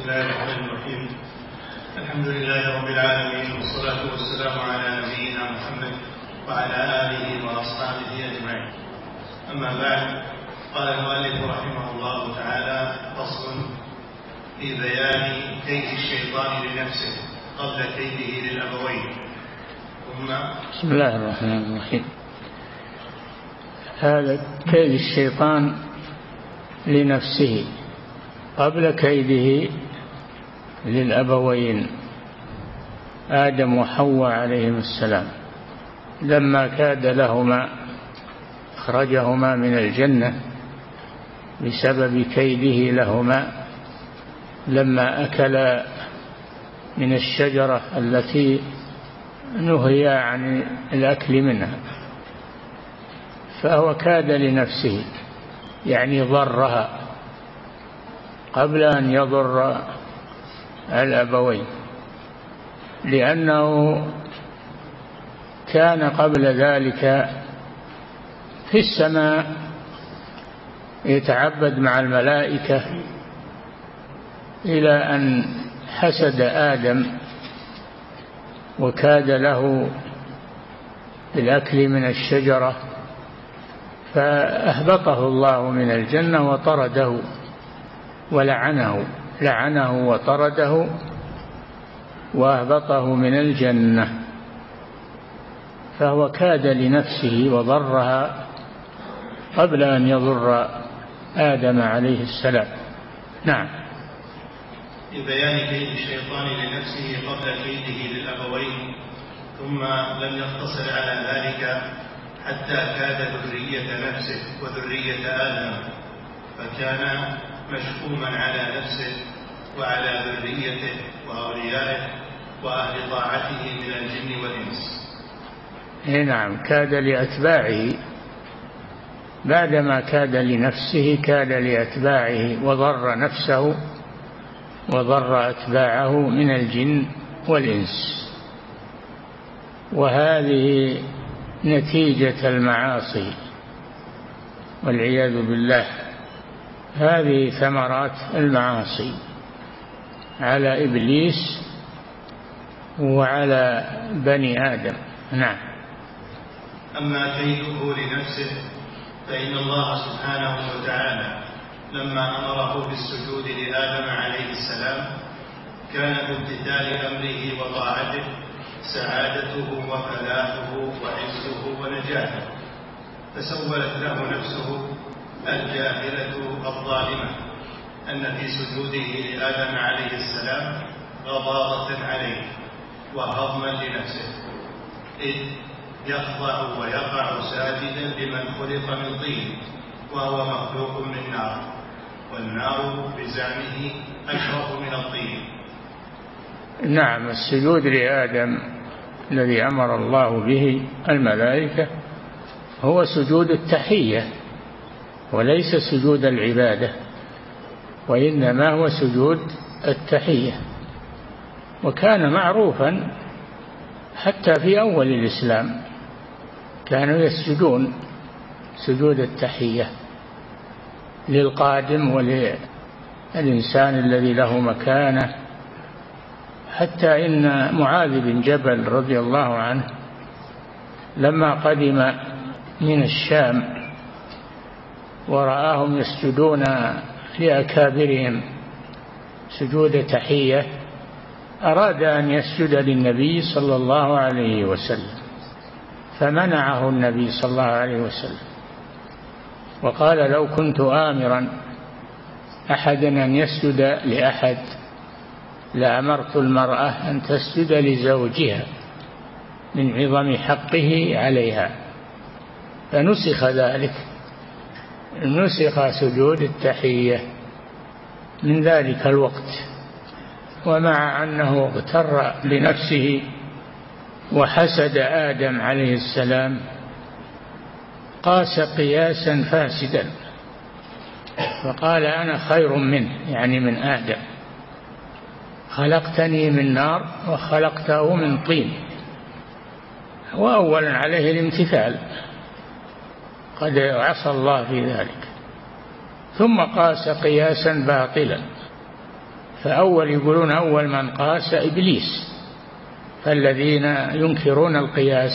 الله الرحمن الرحيم. الحمد لله رب العالمين، والصلاة والسلام على نبينا محمد وعلى آله وأصحابه أجمعين. أما بعد، قال المؤلف رحمه الله تعالى: فصل في بيان كيد الشيطان لنفسه قبل كيده للأبوين. بسم الله الرحمن الرحيم. هذا كيد الشيطان لنفسه قبل كيده للأبوين آدم وحواء عليهم السلام، لما كاد لهما أخرجهما من الجنة بسبب كيده لهما لما أكلا من الشجرة التي نهيا عن الأكل منها، فهو كاد لنفسه، يعني ضرها قبل أن يضر الأبوين، لأنه كان قبل ذلك في السماء يتعبد مع الملائكة إلى أن حسد آدم وكاد له بالأكل من الشجرة، فأهبطه الله من الجنة وطرده لعنه وطرده وأهبطه من الجنة، فهو كاد لنفسه وضرها قبل أن يضر آدم عليه السلام. نعم. في بيان كيد الشيطان لنفسه قبل كيده للأبوين، ثم لم يقتصر على ذلك حتى كاد ذرية نفسه وذرية آدم، فكان مشؤوما على نفسه وعلى ذريته وأوليائه وأهل طاعته من الجن والإنس. نعم، كاد لأتباعه، بعدما كاد لنفسه كاد لأتباعه وضر نفسه وضر أتباعه من الجن والإنس، وهذه نتيجة المعاصي والعياذ بالله. هذه ثمرات المعاصي على إبليس وعلى بني آدم. نعم. أما كيده لنفسه فإن الله سبحانه وتعالى لما أمره بالسجود لآدم عليه السلام كان بامتثال أمره وطاعته سعادته وفلاحه وعزه ونجاته، فسولت له نفسه الجاهلة الظالمة أن في سجوده لآدم عليه السلام غضاضة عليه وهضما لنفسه، إذ يخضع ويقع ساجدا لمن خلق من طين وهو مخلوق من نار، والنار بزعمه أشرف من الطين. نعم، السجود لآدم الذي أمر الله به الملائكة هو سجود التحية وليس سجود العبادة، وإنما هو سجود التحية، وكان معروفا حتى في أول الإسلام كانوا يسجدون سجود التحية للقادم وللإنسان الذي له مكانة، حتى إن معاذ بن جبل رضي الله عنه لما قدم من الشام ورآهم يسجدون لأكابرهم سجود تحية أراد أن يسجد للنبي صلى الله عليه وسلم، فمنعه النبي صلى الله عليه وسلم وقال: لو كنت آمرا أحدا أن يسجد لأحد لأمرت المرأة أن تسجد لزوجها من عظم حقه عليها، فنسخ ذلك، نسخ سجود التحية من ذلك الوقت. ومع أنه اغتر لنفسه وحسد آدم عليه السلام قاس قياسا فاسدا فقال: أنا خير منه، يعني من آدم، خلقتني من نار وخلقته من طين. وأولا عليه الامتثال، قد عصى الله في ذلك، ثم قاس قياسا باطلا فأول يقولون أول من قاس إبليس، فالذين ينكرون القياس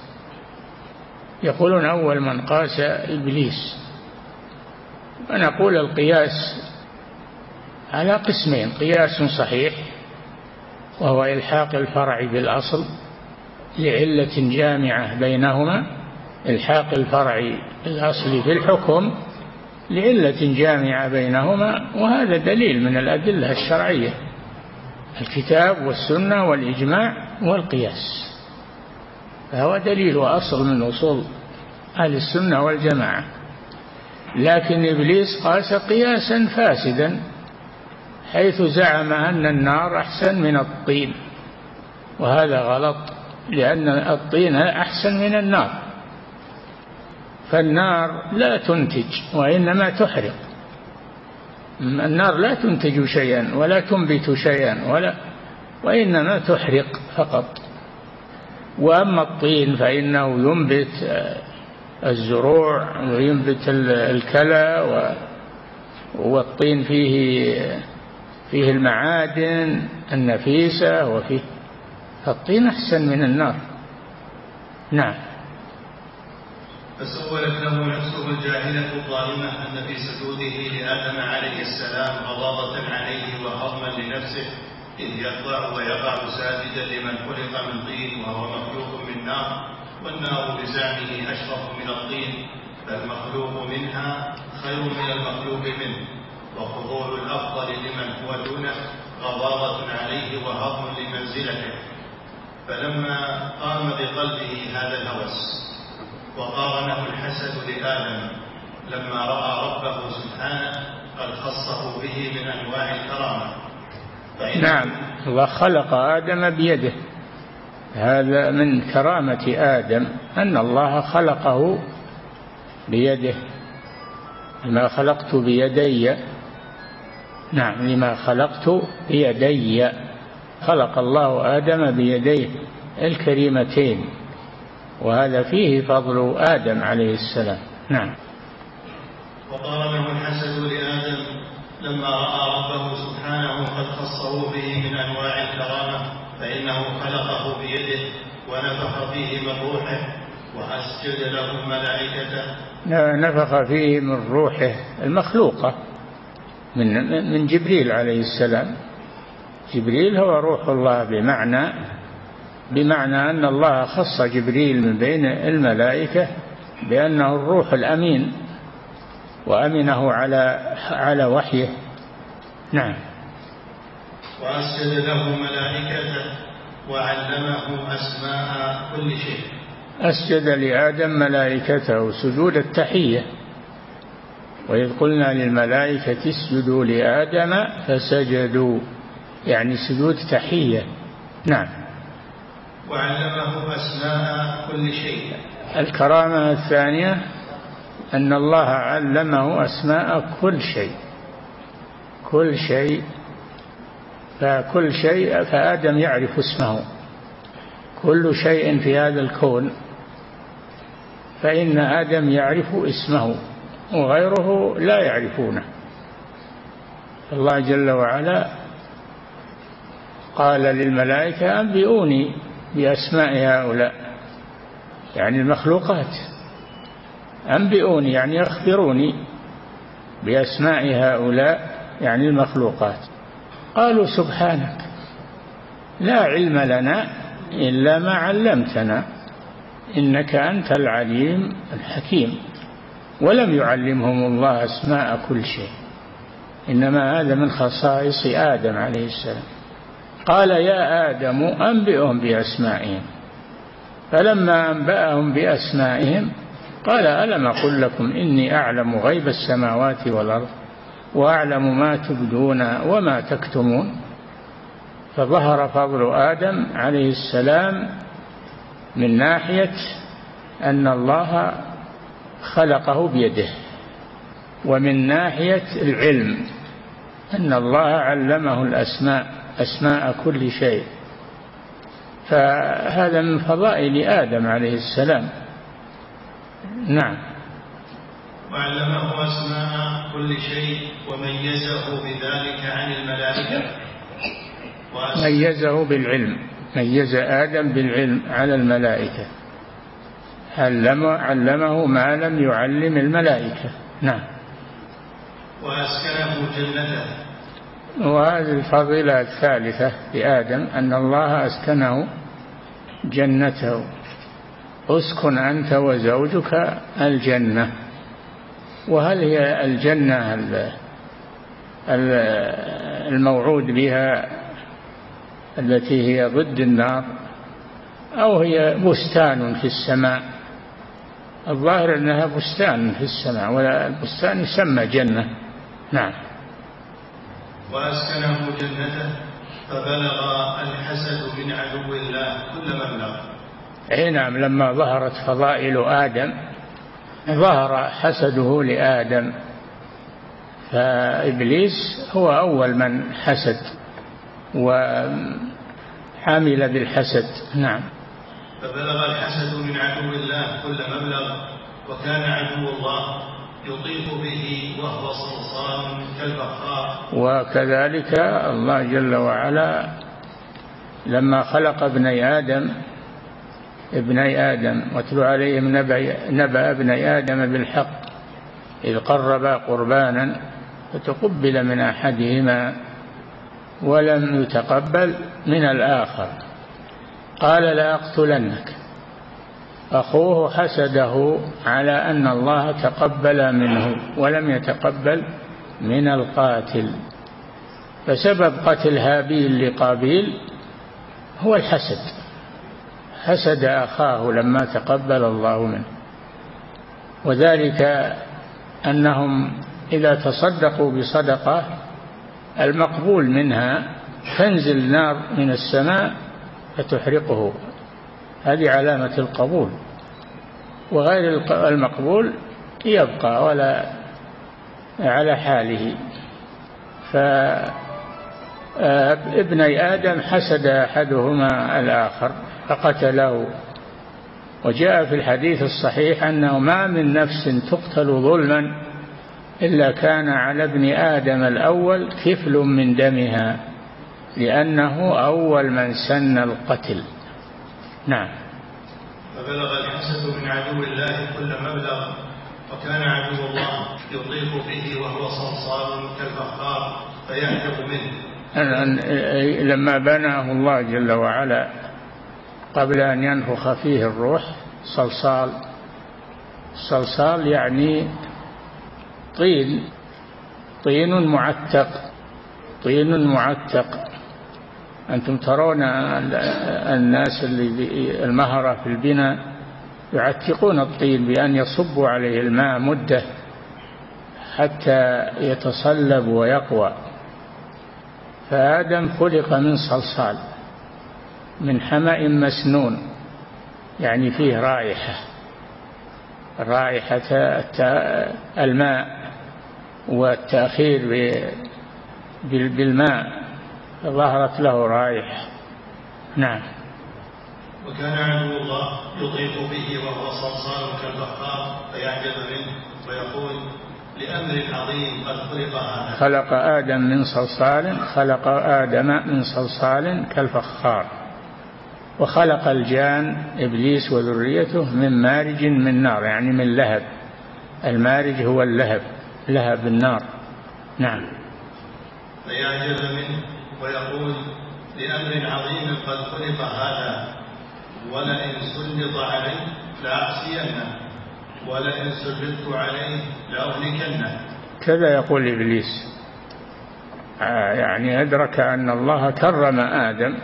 يقولون أول من قاس إبليس. ونقول القياس على قسمين: قياس صحيح وهو إلحاق الفرع بالأصل لعلة جامعة بينهما، إلحاق الفرع بالأصل في الحكم لعلة جامعة بينهما، وهذا دليل من الأدلة الشرعية: الكتاب والسنة والإجماع والقياس، فهو دليل وأصل من أصول أهل السنة والجماعة. لكن إبليس قاس قياسا فاسدا، حيث زعم أن النار أحسن من الطين، وهذا غلط، لأن الطين أحسن من النار، فالنار لا تنتج وإنما تحرق. النار لا تنتج شيئا ولا تنبت شيئا وإنما تحرق فقط. وأما الطين فإنه ينبت الزروع وينبت الكلى، والطين فيه المعادن النفيسة، فالطين أحسن من النار. نعم. فسولت له نفسه الجاهلة الظالمة أن في سجوده لآدم عليه السلام غضاضة عليه وهضما لنفسه، إذ يخضع ويقع ساجدا لمن خلق من طين وهو مخلوق من نار، والنار بزعمه أشرف من الطين، فالمخلوق منها خير من المخلوق منه، وفضول الأفضل لمن هو دونه غضاضة عليه وهضم لمنزلته. فلما قام بقلبه هذا الهوس وقارنه الحسد لآدم لما رأى ربه سبحانه قد خصه به من أنواع الكرامة. نعم، الله خلق آدم بيده، هذا من كرامة آدم أن الله خلقه بيده. لما خلقت بيدي، نعم، لما خلقت بيدي، خلق الله آدم بيديه الكريمتين، وهذا فيه فضل آدم عليه السلام. نعم. وقارنه الحسد لآدم لما رأى ربه سبحانه قد خصه به من أنواع الكرامة، فإنه خلقه بيده ونفخ فيه من روحه وأسجد له ملائكته. نفخ فيه من روحه المخلوقة من جبريل عليه السلام. جبريل هو روح الله، بمعنى أن الله خص جبريل من بين الملائكة بأنه الروح الأمين، وأمنه على وحيه. نعم. وأسجد له ملائكته وعلمه أسماء كل شيء. أسجد لآدم ملائكته سجود التحية، وإذ قلنا للملائكة اسجدوا لآدم فسجدوا، يعني سجود تحية. نعم. وعلمه أسماء كل شيء. الكرامة الثانية أن الله علمه أسماء كل شيء، كل شيء، فكل شيء، فآدم يعرف اسمه. كل شيء في هذا الكون فإن آدم يعرف اسمه وغيره لا يعرفونه. الله جل وعلا قال للملائكة أنبئوني بأسماء هؤلاء، يعني المخلوقات، أنبئوني يعني أخبروني بأسماء هؤلاء يعني المخلوقات. قالوا سبحانك لا علم لنا إلا ما علمتنا إنك أنت العليم الحكيم. ولم يعلمهم الله أسماء كل شيء، إنما هذا من خصائص آدم عليه السلام. قال يا آدم أنبئهم بأسمائهم، فلما أنبأهم بأسمائهم قال ألم أقل لكم إني أعلم غيب السماوات والأرض وأعلم ما تبدون وما تكتمون. فظهر فضل آدم عليه السلام من ناحية أن الله خلقه بيده، ومن ناحية العلم أن الله علمه أسماء كل شيء. فهذا من فضائل آدم عليه السلام. نعم. وعلمه أسماء كل شيء وميزه بذلك عن الملائكة ميزه بالعلم، ميز آدم بالعلم على الملائكة، علمه ما لم يعلم الملائكة. نعم. وأسكنه جنته. وهذه الفضيلة الثالثة لآدم أن الله أسكنه جنته. اسكن أنت وزوجك الجنة. وهل هي الجنة الموعود بها التي هي ضد النار، أو هي بستان في السماء؟ الظاهر أنها بستان في السماء، ولا البستان يسمى جنة. نعم. وأسكنه جنته فبلغ الحسد من عدو الله كل مبلغ. نعم. لما ظهرت فضائل آدم ظهر حسده لآدم، فإبليس هو أول من حسد وحامل بالحسد. نعم. فبلغ الحسد من عدو الله كل مبلغ، وكان عدو الله يطيف به وهو صرصار كالبخار. وكذلك الله جل وعلا لما خلق ابني آدم واتل عليهم نبأ ابني آدم بالحق إذ قربا قربانا فتقبل من أحدهما ولم يتقبل من الآخر قال لأقتلنك. أخوه حسده على أن الله تقبل منه ولم يتقبل من القاتل، فسبب قتل هابيل لقابيل هو الحسد. حسد أخاه لما تقبل الله منه، وذلك أنهم إذا تصدقوا بصدقة المقبول منها تنزل نار من السماء فتحرقه، هذه علامة القبول، وغير المقبول يبقى ولا على حاله. فابني آدم حسد أحدهما الآخر فقتله. وجاء في الحديث الصحيح أنه ما من نفس تقتل ظلما إلا كان على ابن آدم الأول كفل من دمها، لأنه أول من سن القتل. نعم. فبلغ الحسد من عدو الله كل مبلغ، وكان عدو الله يطيف به وهو صرصار كالبخار فيعجب منه. لما بناه الله جل وعلا قبل أن ينفخ فيه الروح صلصال يعني طين معتق. أنتم ترون الناس اللي المهرة في البناء يعتقون الطين بأن يصبوا عليه الماء مدة حتى يتصلب ويقوى. فآدم خلق من صلصال من حمأ مسنون، يعني فيه رائحة الماء والتأخير بالماء ظهرت له رائحة. نعم. وكان عدو الله يطيف به وهو صلصال كالبخار فيعجب منه ويقول لأمر عظيم قد خلق هذا. خلق آدم من صلصال كالفخار. وخلق الجان إبليس وذريته من مارج من نار، يعني من لهب. المارج هو لهب النار. نعم. فيعجب منه ويقول لأمر عظيم قد خلق هذا، ولئن سلط عليه لأعصينه، ولئن سلطت عليه لأهلكنه. كذا يقول إبليس، يعني أدرك أن الله كرم آدم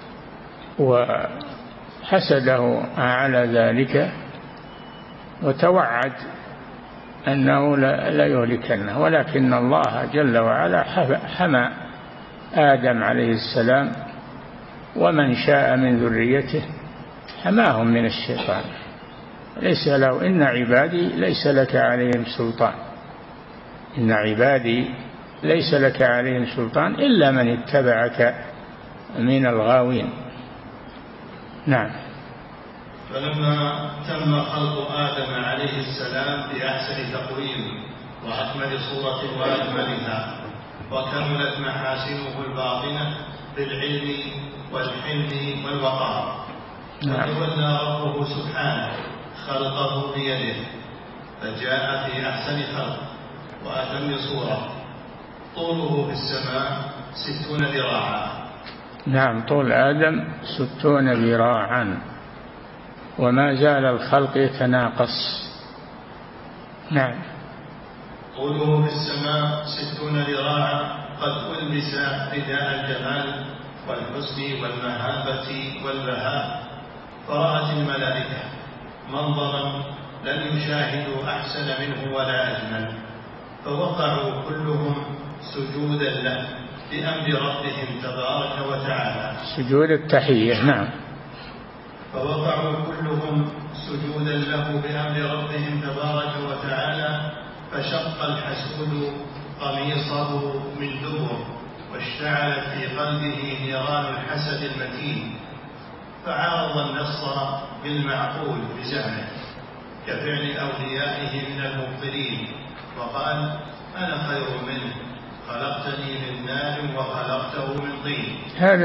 وحسده على ذلك وتوعد أنه لا يهلكنه، ولكن الله جل وعلا حمى آدم عليه السلام ومن شاء من ذريته حماهم من الشيطان. ليس له إن عبادي ليس لك عليهم سلطان، إن عبادي ليس لك عليهم سلطان إلا من اتبعك من الغاوين. نعم. فلما تم خلق آدم عليه السلام بأحسن تقويم وأكمل صورة وأكملها وكملت محاسنه الباطنة بالعلم والحلم والوقار. فتولى ربه سبحانه خلقه بيده، فجاء في أحسن خلق وأتم صورة، طوله في السماء 60 ذراعا. نعم، طول آدم 60 ذراعا، وما زال الخلق يتناقص. نعم. طوله في السماء 60 ذراعا، قد ألبس رداء الجمال والحسن والمهابة والبهاء، فرأت الملائكة منظرا لم يشاهدوا أحسن منه ولا أجمل، فوقعوا كلهم سجودا له بأمر ربهم تبارك وتعالى، سجود التحية. نعم. فوقعوا كلهم سجودا له بأمر ربهم تبارك وتعالى، فشق الحسود قميصه من دبر، واشتعلت في قلبه نيران الحسد المتين، فعارض النص بالمعقول بزعمه كفعل أوليائه من المبطلين، وقال: أنا خير منه، خلقتني من نار وخلقته من طين.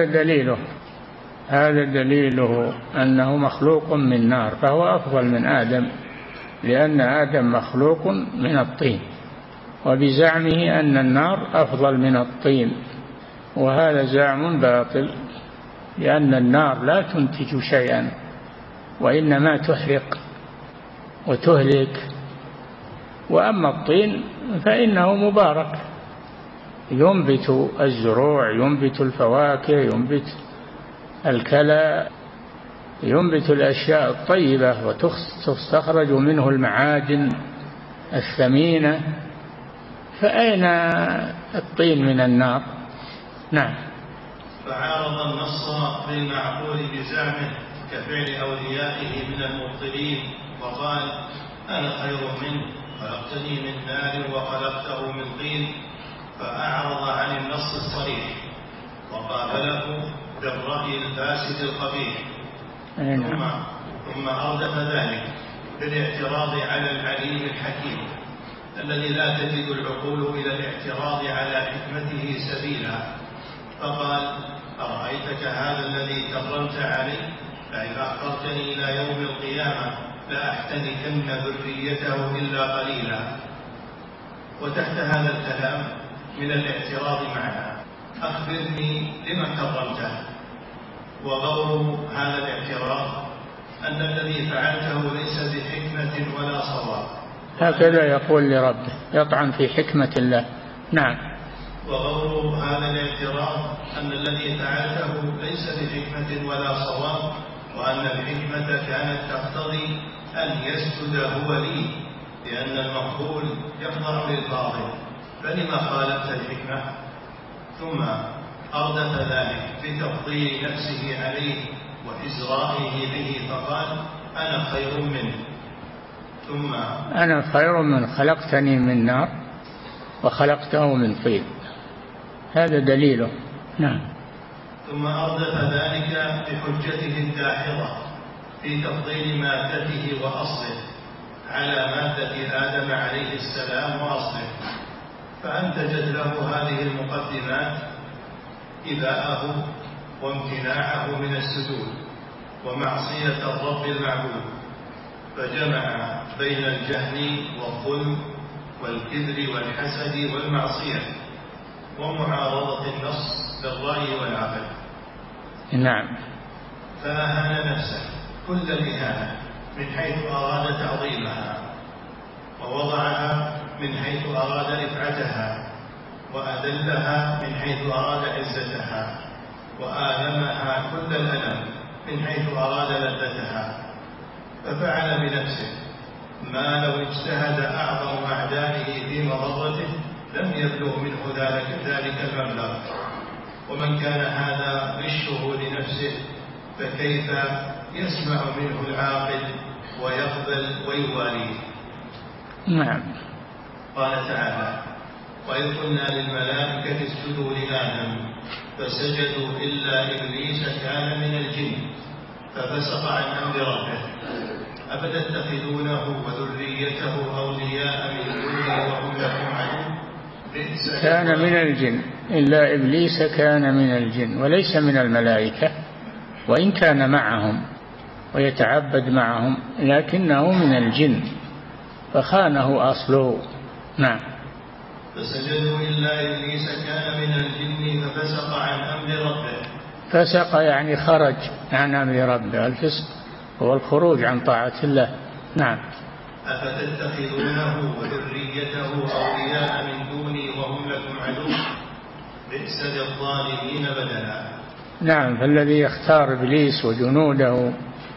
هذا دليله أنه مخلوق من نار، فهو أفضل من آدم، لأن آدم مخلوق من الطين، وبزعمه أن النار أفضل من الطين، وهذا زعم باطل، لأن النار لا تنتج شيئا، وإنما تحرق وتهلك. وأما الطين فإنه مبارك، ينبت الزروع، ينبت الفواكه، ينبت الكلى، ينبت الأشياء الطيبة، وتستخرج منه المعادن الثمينة، فأين الطين من النار؟ نعم. فعارض النص بالمعقول بزعمه كفعل أوليائه من المبطلين، وقال: أنا خير منه، خلقتني من نار وخلقته من طين، فأعرض عن النص الصريح وقابله بالرأي الفاسد القبيح. ثم أردف ذلك بالاعتراض على العليم الحكيم الذي لا تجد العقول إلى الاعتراض على حكمته سبيلا، فقال: أرأيتك هذا الذي كرمت عليه، لئن أخرتني إلى يوم القيامة لأحتنكن ذريته إلا قليلا. وتحت هذا الكلام من الاعتراض معنا: أخبرني لما كرمته. وغور هذا الاعتراض أن الذي فعلته ليس بحكمة ولا صواب. هكذا يقول لربه، يطعن في حكمة الله. نعم. وغور هذا الاعتراض أن الذي فعلته ليس بحكمة ولا صواب، وأن الحكمة كانت تقتضي أن يسجد هو لي، لأن المقبول يخضع للباطل، فلما خالفت الحكمة؟ ثم أردف ذلك بتفضيل نفسه عليه وإزرائه به، فقال: أنا خير منه. ثم أنا خير من، خلقتني من نار وخلقته من طين، هذا دليله. نعم. ثم أردف ذلك بحجته الداحضة في تفضيل مادته وأصله على مادة آدم عليه السلام وأصله، فأنتجت له هذه المقدمات إباءه وامتناعه من السجود ومعصية الرب المعبود، فجمع بين الجهل والظلم والكبر والحسد والمعصية ومعارضة النص بالرأي والعقل. نعم. فأهان نفسه كل الإهانة من حيث أراد تعظيمها، ووضعها من حيث أراد رفعتها، وأذلها من حيث أراد عزتها، وآلمها كل الألم من حيث أراد لذتها، ففعل بنفسه ما لو اجتهد أعظم أعدائه في مضرته لم يبلغ منه ذلك المبلغ. ومن كان هذا غشه لنفسه فكيف يسمع منه العاقل ويقبل ويواليه؟ نعم. قال تعالى: وإذ قلنا للملائكة اسجدوا لآدم فسجدوا إلا إبليس كان من الجن ففسق عن أمر ربه أفتتخذونه وذريته أولياء من دونه وهم لكم عدو كان من الجن، إلا إبليس كان من الجن وليس من الملائكة، وإن كان معهم ويتعبد معهم لكنه من الجن فخانه أصله. نعم. فسجدوا إلا إبليس كان من الجن ففسق عن أمر ربه. فسق يعني خرج عن أمر ربه، الفسق هو الخروج عن طاعة الله. نعم. أفتتخذونه وذريته أولياء من دوني وهم لكم عدو بئس للظالمين بدلا. نعم، فالذي يختار إبليس وجنوده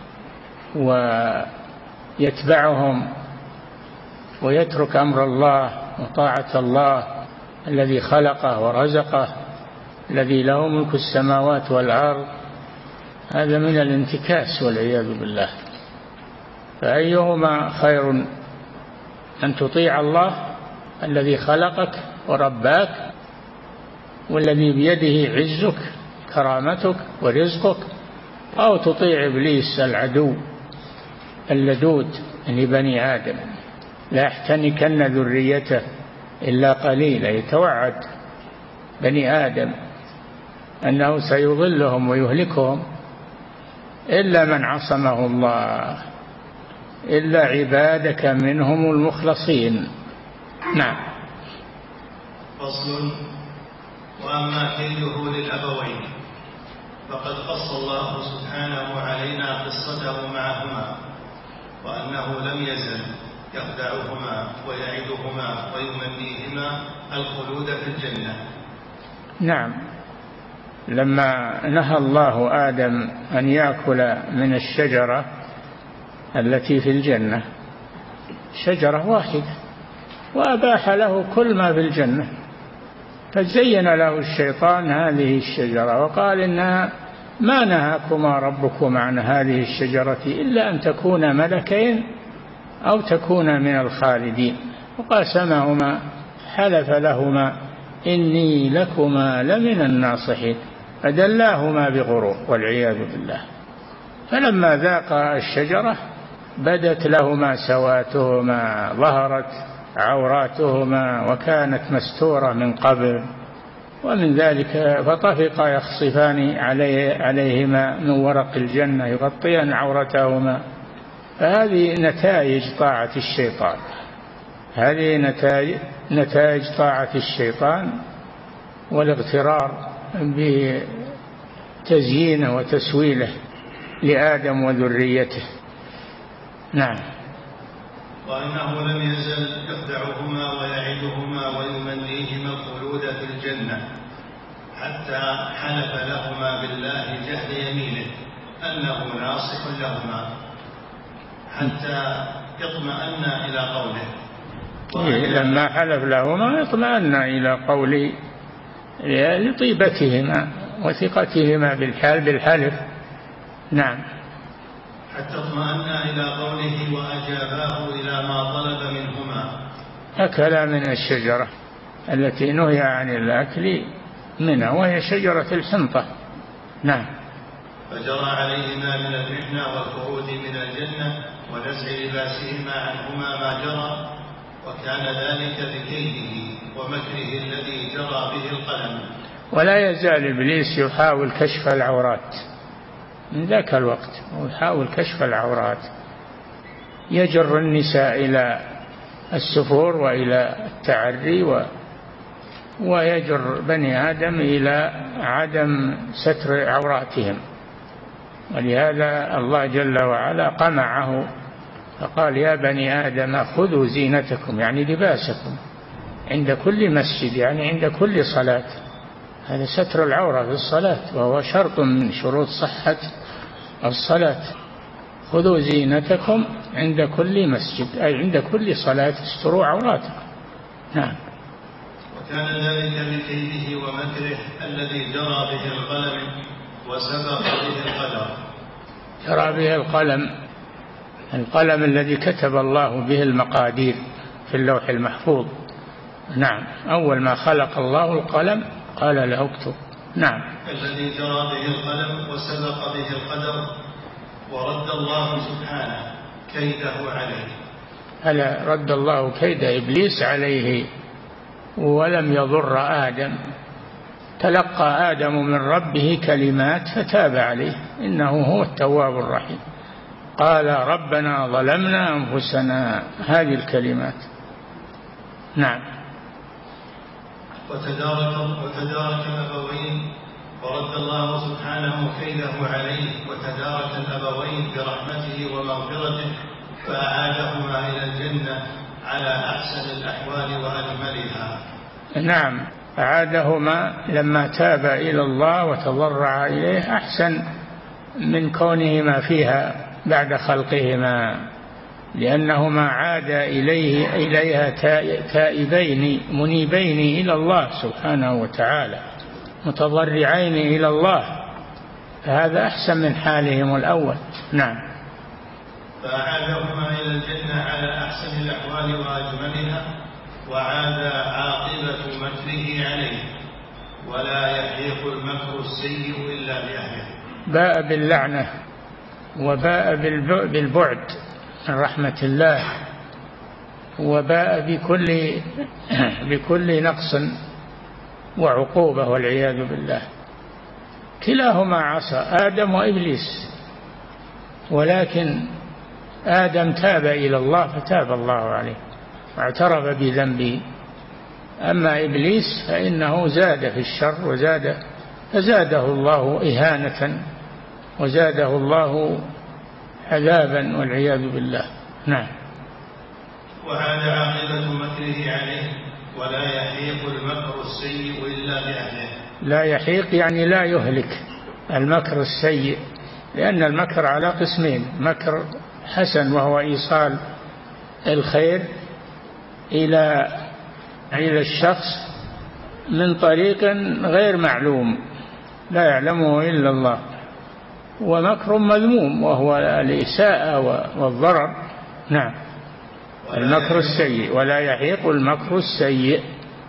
ويتبعهم ويترك أمر الله وطاعة الله الذي خلقه ورزقه الذي له ملك السماوات والأرض، هذا من الانتكاس والعياذ بالله. فأيهما خير، أن تطيع الله الذي خلقك ورباك والذي بيده عزك كرامتك ورزقك، أو تطيع إبليس العدو اللدود لبني آدم لا يحتنكن ذريته إلا قليلا، يتوعد بني آدم أنه سيضلهم ويهلكهم إلا من عصمه الله، إلا عبادك منهم المخلصين. نعم. فصل. وأما كيده للأبوين فقد قص الله سبحانه علينا قصته معهما، وأنه لم يزل يخدعهما ويعدهما ويمنيهما الخلود في الجنة. نعم، لما نهى الله آدم أن يأكل من الشجرة التي في الجنة، شجرة واحدة، وأباح له كل ما في الجنة، فزين له الشيطان هذه الشجرة وقال إنها ما نهاكما ربكما عن هذه الشجرة إلا أن تكونا ملكين أو تكونا من الخالدين، وقاسمهما حلف لهما إني لكما لمن الناصحين، فدلاهما بغرور والعياذ بالله. فلما ذاقا الشجرة بدت لهما سواتهما، ظهرت عوراتهما وكانت مستورة من قبل، ومن ذلك فطفقا يخصفان عليهما من ورق الجنة يغطيان عورتهما. فهذه نتائج طاعة الشيطان، هذه نتائج طاعة الشيطان والاغترار بتزيينه وتسويله لآدم وذريته. نعم. وأنه لم يزل يخدعهما ويعدهما ويمنيهما الخلود في الجنة حتى حلف لهما بالله جهد يمينه أنه ناصح لهما حتى يطمئن إلى قوله. لما حلف لهما اطمأن إلى قوله لطيبتهما وثقتهما بالحلف. نعم. حتى اطمأن إلى قوله وأجاباه إلى ما طلب منهما. أكلا من الشجرة التي نهي عن الأكل منها وهي شجرة الحنطة. نعم. فجرى عليهما من المحنة والخروج من الجنة ونزع لباسهما عنهما ما جرى، وكان ذلك بكيده ومكره الذي جرى به القلم. ولا يزال إبليس يحاول كشف العورات من ذاك الوقت، ويحاول كشف العورات، يجر النساء إلى السفور وإلى التعري ويجر بني آدم إلى عدم ستر عوراتهم. ولهذا الله جل وعلا قمعه فقال يا بني آدم خذوا زينتكم، يعني لباسكم، عند كل مسجد، يعني عند كل صلاة. هذا ستر العورة في الصلاة، وهو شرط من شروط صحة الصلاة. خذوا زينتكم عند كل مسجد، أي عند كل صلاة استروا عوراتكم. نعم. وكان ذلك بكيده ومكره الذي جرى به القلم وسبق به القدر. جرى به القلم الذي كتب الله به المقادير في اللوح المحفوظ. نعم. أول ما خلق الله القلم قال له اكتب. نعم. الذي جرى به القلم وسبق به القدر، ورد الله سبحانه كيده عليه. هل رد الله كيد إبليس عليه ولم يضر آدم. تلقى آدم من ربه كلمات فتاب عليه إنه هو التواب الرحيم. قال ربنا ظلمنا أنفسنا، هذه الكلمات. نعم. وتدارك الأبوين ورد الله سبحانه كيده عليه، وتدارك الأبوين برحمته ومغفرته فأعادهما إلى الجنة على أحسن الأحوال وأجملها. نعم، أعادهما لما تاب إلى الله وتضرع إليه أحسن من كونهما فيها بعد خلقهما، لأنهما عادا إليها تائبين منيبين إلى الله سبحانه وتعالى متضرعين إلى الله، فهذا أحسن من حالهم الأول. نعم. فأعادهما إلى الجنة على أحسن الأحوال وأجملها، وعاد عاقبة مكره عليه، ولا يحيق المكر السيء إلا بأهله. باء باللعنة وباء بالبعد من رحمة الله، وباء بكل نقص وعقوبة والعياذ بالله. كلاهما عصى، آدم وإبليس، ولكن آدم تاب إلى الله فتاب الله عليه واعترف بذنبه. أما إبليس فإنه زاد في الشر فزاده الله إهانة وزاده الله عذابا والعياذ بالله. نعم. وعاد عاقبة مكره عليه، ولا يحيق المكر السيء إلا بأهله. لا يحيق يعني لا يهلك المكر السيء، لأن المكر على قسمين: مكر حسن وهو إيصال الخير إلى الشخص من طريق غير معلوم لا يعلمه إلا الله، ومكر مذموم وهو الإساءة والضرر. نعم. المكر السيء، ولا يحيق المكر السيء،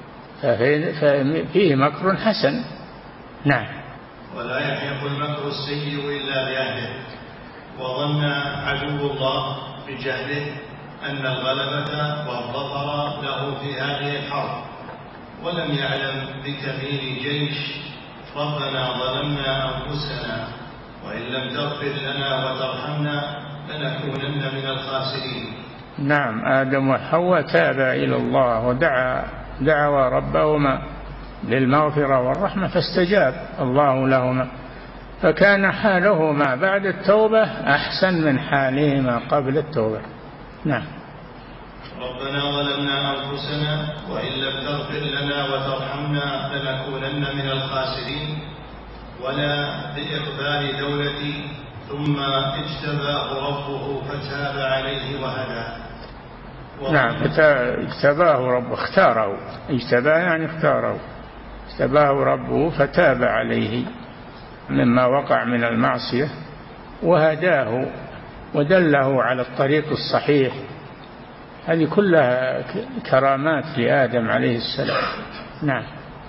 ففيه مكر حسن. نعم. ولا يحيق المكر السيء إلا بأهله. وظن عدو الله بجهله أن الغلبة والظفر له في هذه الحرب، ولم يعلم بكمين جيش ربنا ظلمنا أنفسنا وإن لم تغفر لنا وترحمنا لنكونن من الخاسرين. نعم. آدم وحواء تابا إلى الله ودعوا ربهما للمغفرة والرحمة فاستجاب الله لهما، فكان حالهما بعد التوبة أحسن من حالهما قبل التوبة. نعم. ربنا ظلمنا أنفسنا وإن لم تغفر لنا وترحمنا لنكونن من الخاسرين. ولا بإقبال دولتي ثم اجتباه ربه فتاب عليه وهدى. نعم. اجتباه ربه، اختاره. اجتباه يعني اختاره. اجتباه ربه فتاب عليه مما وقع من المعصية وهداه ودله على الطريق الصحيح. هذه كلها كرامات لآدم عليه السلام. نعم.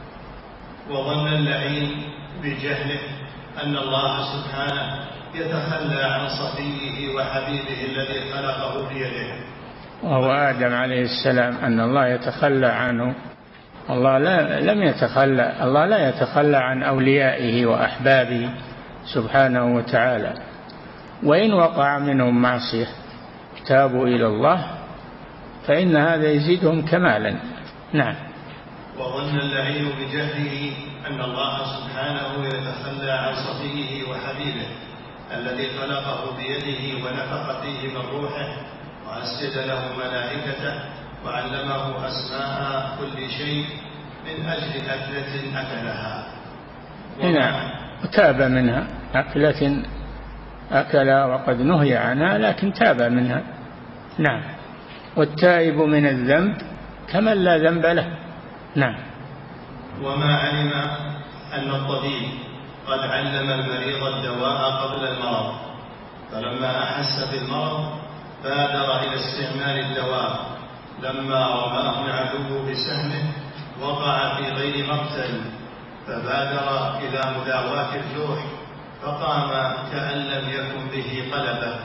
وظن اللعين بجهله أن الله سبحانه يتخلى عن صفيه وحبيبه الذي خلقه بيده، وهو آدم عليه السلام، أن الله يتخلى عنه. الله لا يتخلى عن أوليائه وأحبابه سبحانه وتعالى، وإن وقع منهم معصية تابوا إلى الله فإن هذا يزيدهم كمالا. نعم. وظن اللعين بجهله أن الله سبحانه يتخلى عن صفيه وحبيبه الذي خلقه بيده ونفخ فيه من روحه وأسجد له ملائكته وعلمه أسماء كل شيء من أجل أكلة أكلها. نعم. تاب منها، أكلة أكلها وقد نهي عنها لكن تاب منها. نعم. والتائب من الذنب كمن لا ذنب له. نعم. وما علم أن الطبيب قد علم المريض الدواء قبل المرض، فلما أحس بالمرض بادر إلى استعمال الدواء. لما رماه العدو بسهمه وقع في غير مقتل، فبادر إلى مداواة الجرح فقام كأن لم يكن به قلبه.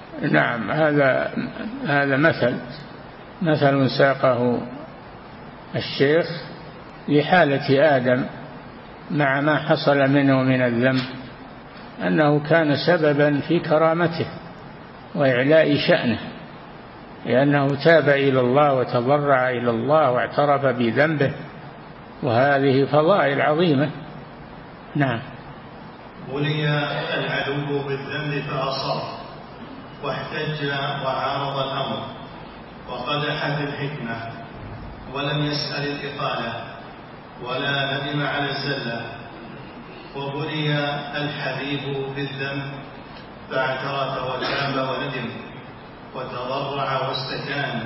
نعم. هذا مثل ساقه الشيخ لحالة آدم مع ما حصل منه من الذنب، أنه كان سببا في كرامته وإعلاء شأنه، لأنه تاب إلى الله وتضرع إلى الله واعترف بذنبه، وهذه فضائل عظيمة. نعم. بلي العدو بالذنب فأصر واحتج وعارض الأمر وقدح في الحكمة ولم يسأل الإقالة ولا ندم على الزلة. وبلي الحبيب بالذنب فاعترف وتاب وندم وتضرع واستكان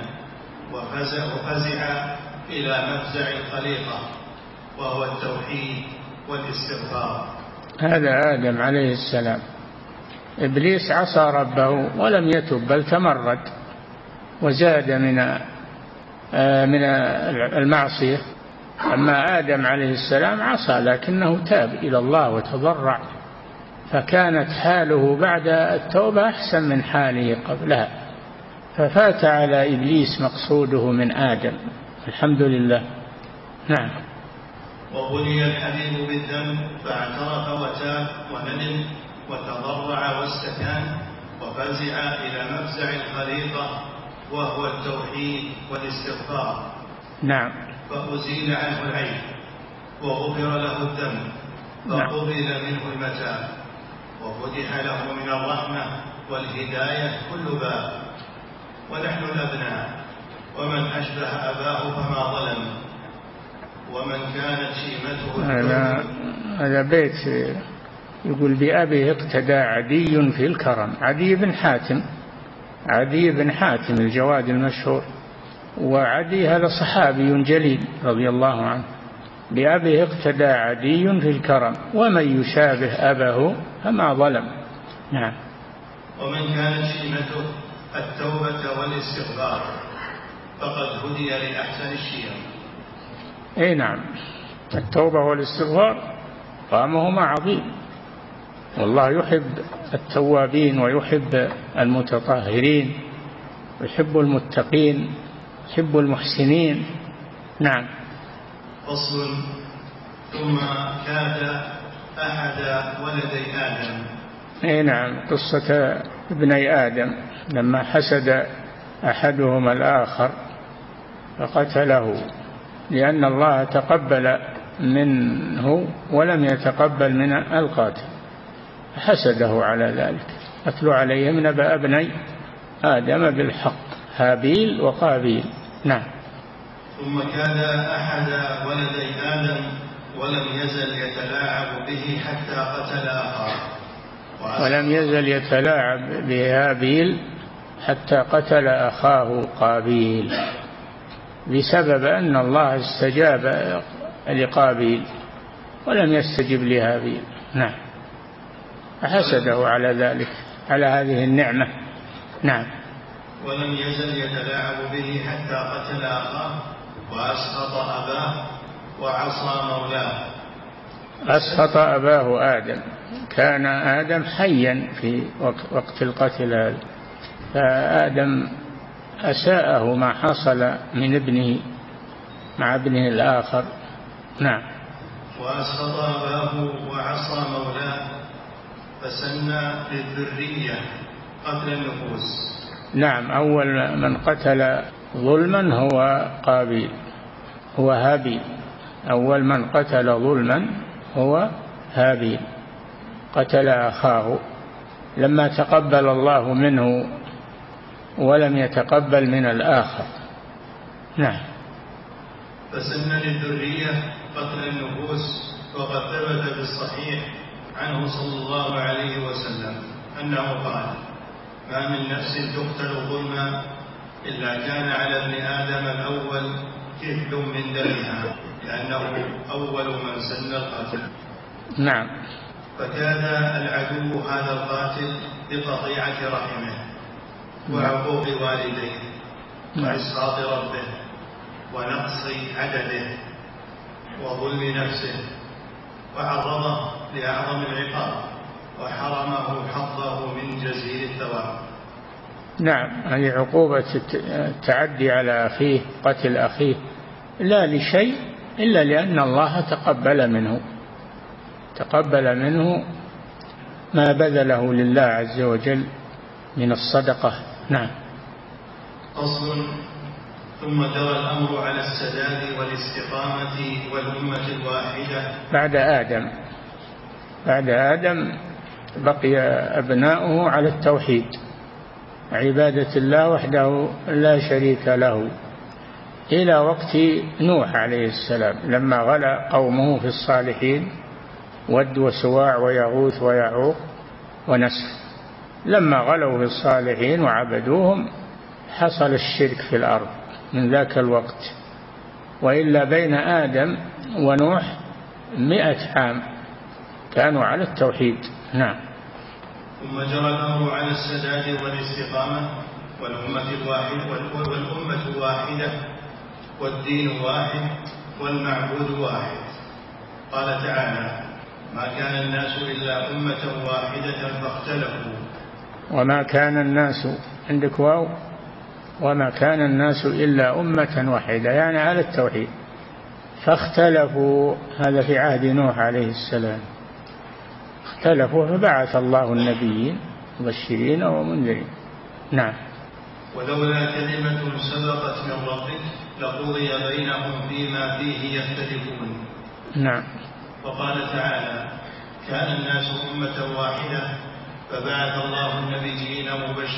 وفزع إلى مفزع الخليقة وهو التوحيد والاستغفار. هذا آدم عليه السلام. إبليس عصى ربه ولم يتب بل تمرد وزاد من المعصية. أما آدم عليه السلام عصى لكنه تاب إلى الله وتضرع، فكانت حاله بعد التوبة أحسن من حاله قبلها، ففات على إبليس مقصوده من آدم. الحمد لله. نعم. وبلي الحبيب بالذنب فاعترف وتاب وندم وتضرع واستكان وفزع إلى مفزع الخليقة وهو التوحيد والاستغفار. نعم. فأزيل عنه العيب وغفر له الذنب فقبل منه المتاب وفتح له من الرحمة والهداية كل باب. ونحن الأبناء ومن أشبه أباه فما ظلم ومن كانت شيمته. هذا بيت يقول بأبيه اقتدى عدي في الكرم. عدي بن حاتم الجواد المشهور، وعدي هذا صحابي جليل رضي الله عنه. بأبيه اقتدى عدي في الكرم ومن يشابه أباه فما ظلم. نعم. ومن كانت شيمته التوبة والاستغفار فقد هدي لأحسن الشيم. اي نعم، التوبة والاستغفار قامهما عظيم، والله يحب التوابين ويحب المتطهرين ويحب المتقين يحب المحسنين. نعم. فصل. ثم كاد أحد ولدي آدم. اي نعم، قصة ابني آدم لما حسد أحدهما الآخر فقتله، لأن الله تقبل منه ولم يتقبل من القاتل، حسده على ذلك. أتلو عليهم نبأ ابني آدم بالحق هابيل وقابيل. نعم. ثم كان أحد ولدي آدم ولم يزل يتلاعب به حتى قتل أخاه. ولم يزل يتلاعب بهابيل حتى قتل أخاه قابيل، بسبب أن الله استجاب لقابيل ولم يستجب لهابيل. نعم. فحسده على ذلك، على هذه النعمة. نعم. ولم يزل يتلاعب به حتى قتل أخاه وأسخط أباه وعصى مولاه. أسخط أباه آدم، كان آدم حيا في وقت القتل هذا، فآدم أساءه ما حصل من ابنه مع ابنه الآخر. نعم. وأسخط أباه وعصى مولاه فسن للذرية قتل النفوس. نعم. أول من قتل ظلما هو قابيل، هو هابيل. أول من قتل ظلما هو هابيل، قتل أخاه لما تقبل الله منه ولم يتقبل من الآخر. نعم. فسن للذرية قتل النفوس. وقد ثبت في الصحيح عنه صلى الله عليه وسلم أنه قال: ما من نفس تقتل ظلما إلا كان على ابن آدم الأول كفل من دمها، لأنه أول من سن القتل. نعم. فكان العدو هذا القاتل بقطيعة رحمه وعقوق والديه وإسقاط ربه ونقص عدده وظلم نفسه، وعرضه لأعظم العقاب وحرمه حظه من جزيل الثواب. نعم. هذه عقوبة التعدي على أخيه، قتل أخيه لا لشيء إلا لأن الله تقبل منه ما بذله لله عز وجل من الصدقة. نعم. فصل. ثم جرى الأمر على السداد والاستقامة والأمة الواحدة بعد آدم بقي أبناؤه على التوحيد، عبادة الله وحده لا شريك له، إلى وقت نوح عليه السلام لما غلا قومه في الصالحين، ود وسواع ويغوث ويعوق ونسر. لما غلوا في الصالحين وعبدوهم حصل الشرك في الأرض من ذاك الوقت، وإلا بين آدم ونوح 100 عام كانوا على التوحيد. نعم. ثم جرى الأمر على السداد والاستقامة والأمة واحدة والدين واحد والمعبود واحد. قال تعالى: ما كان الناس إلا أمة واحدة فاختلفوا. وما كان الناس، عندك واو، وما كان الناس إلا أمة واحدة يعني على التوحيد، فاختلفوا، هذا في عهد نوح عليه السلام، اختلفوا فبعث الله النبيين مبشرين ومنذرين. نعم. ولولا كلمة سبقت من ربك لقضي بينهم فيما فيه يختلفون. نعم. وقال تعالى: كان الناس أمة واحدة فبعث الله النبيين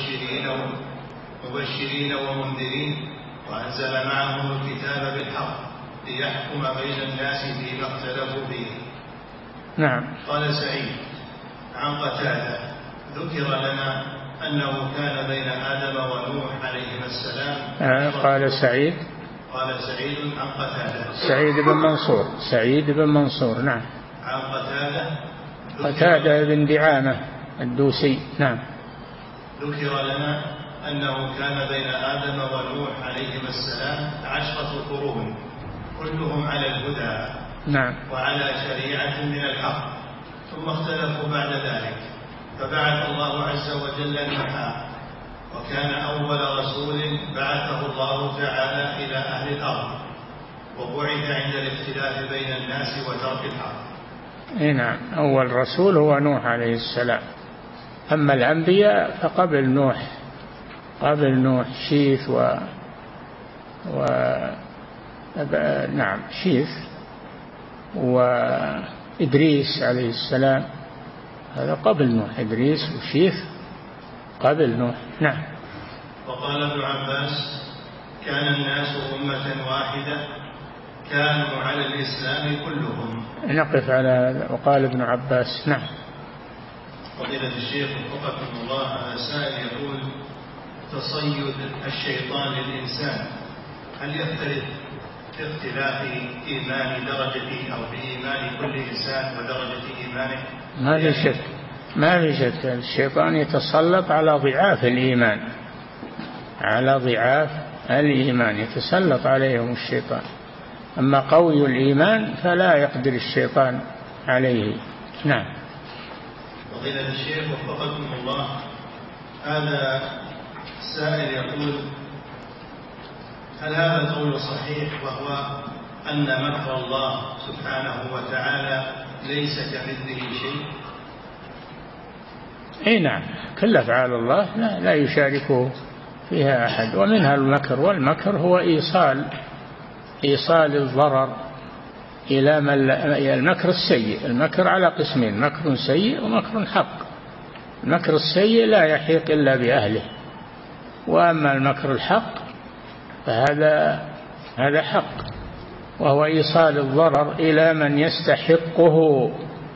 مبشرين ومنذرين وأنزل معهم الكتاب بالحق ليحكم بين الناس فيما اختلفوا فيه. نعم. قال سعيد عن قتادة: ذكر لنا أنه كان بين آدم ونوح عليهما السلام. قال سعيد عن قتادة. سعيد بن منصور. نعم. عن قتادة بن دعامة الدوسي. نعم. ذكر لنا أنه كان بين آدم ونوح عليهما السلام 10 قرون كلهم على الهدى. نعم. وعلى شريعة من الحق، ثم اختلفوا بعد ذلك فبعث الله عز وجل نوحا، وكان أول رسول بعثه الله تعالى إلى أهل الأرض، وبعث عند الاختلاف بين الناس وترك الحق. نعم. أول رسول هو نوح عليه السلام. أما الأنبياء فقبل نوح شيث شيث وإدريس عليه السلام، هذا قبل نوح. إدريس وشيث قبل نوح. نعم. وقال ابن عباس: كان الناس أمة واحدة كانوا على الإسلام كلهم. نقف على هذا. وقال ابن عباس. نعم. فضيلة الشيخ وفقكم الله، هذا سائل يقول: تصيد الشيطان للإنسان هل يختلف في اختلاف إيمان درجته أو في إيمان كل إنسان ودرجة إيمانه؟ ما في شك الشيطان يتسلط على ضعاف الإيمان، يتسلط عليهم الشيطان. أما قوي الإيمان فلا يقدر الشيطان عليه. نعم. فضيلة الشيخ وفقكم الله، هذا سائل يقول: هل هذا القول صحيح، وهو أن مكر الله سبحانه وتعالى ليس كمثله شيء؟ نعم. كل أفعال الله لا يشاركه فيها أحد، ومنها المكر. والمكر هو إيصال الضرر إلى من المكر السيء. المكر على قسمين: مكر سيء ومكر حق. المكر السيء لا يحيق إلا بأهله، وأما المكر الحق فهذا حق، وهو إيصال الضرر إلى من يستحقه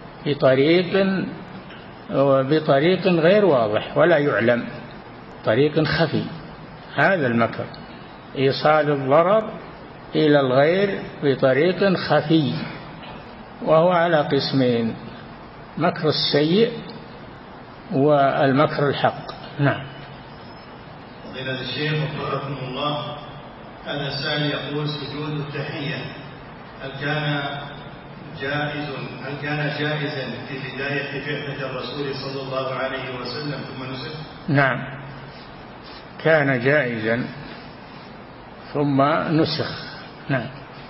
بطريق غير واضح ولا يعلم، طريق خفي. هذا المكر، إيصال الضرر إلى الغير بطريق خفي، وهو على قسمين: مكر السيء والمكر الحق. نعم. فضيلة الشيخ وفقكم الله، هذا السائل يقول: سجود التحية هل كان جائزا في بداية بعثة الرسول صلى الله عليه وسلم ثم نسخ؟ نعم، كان جائزا ثم نسخ. نعم.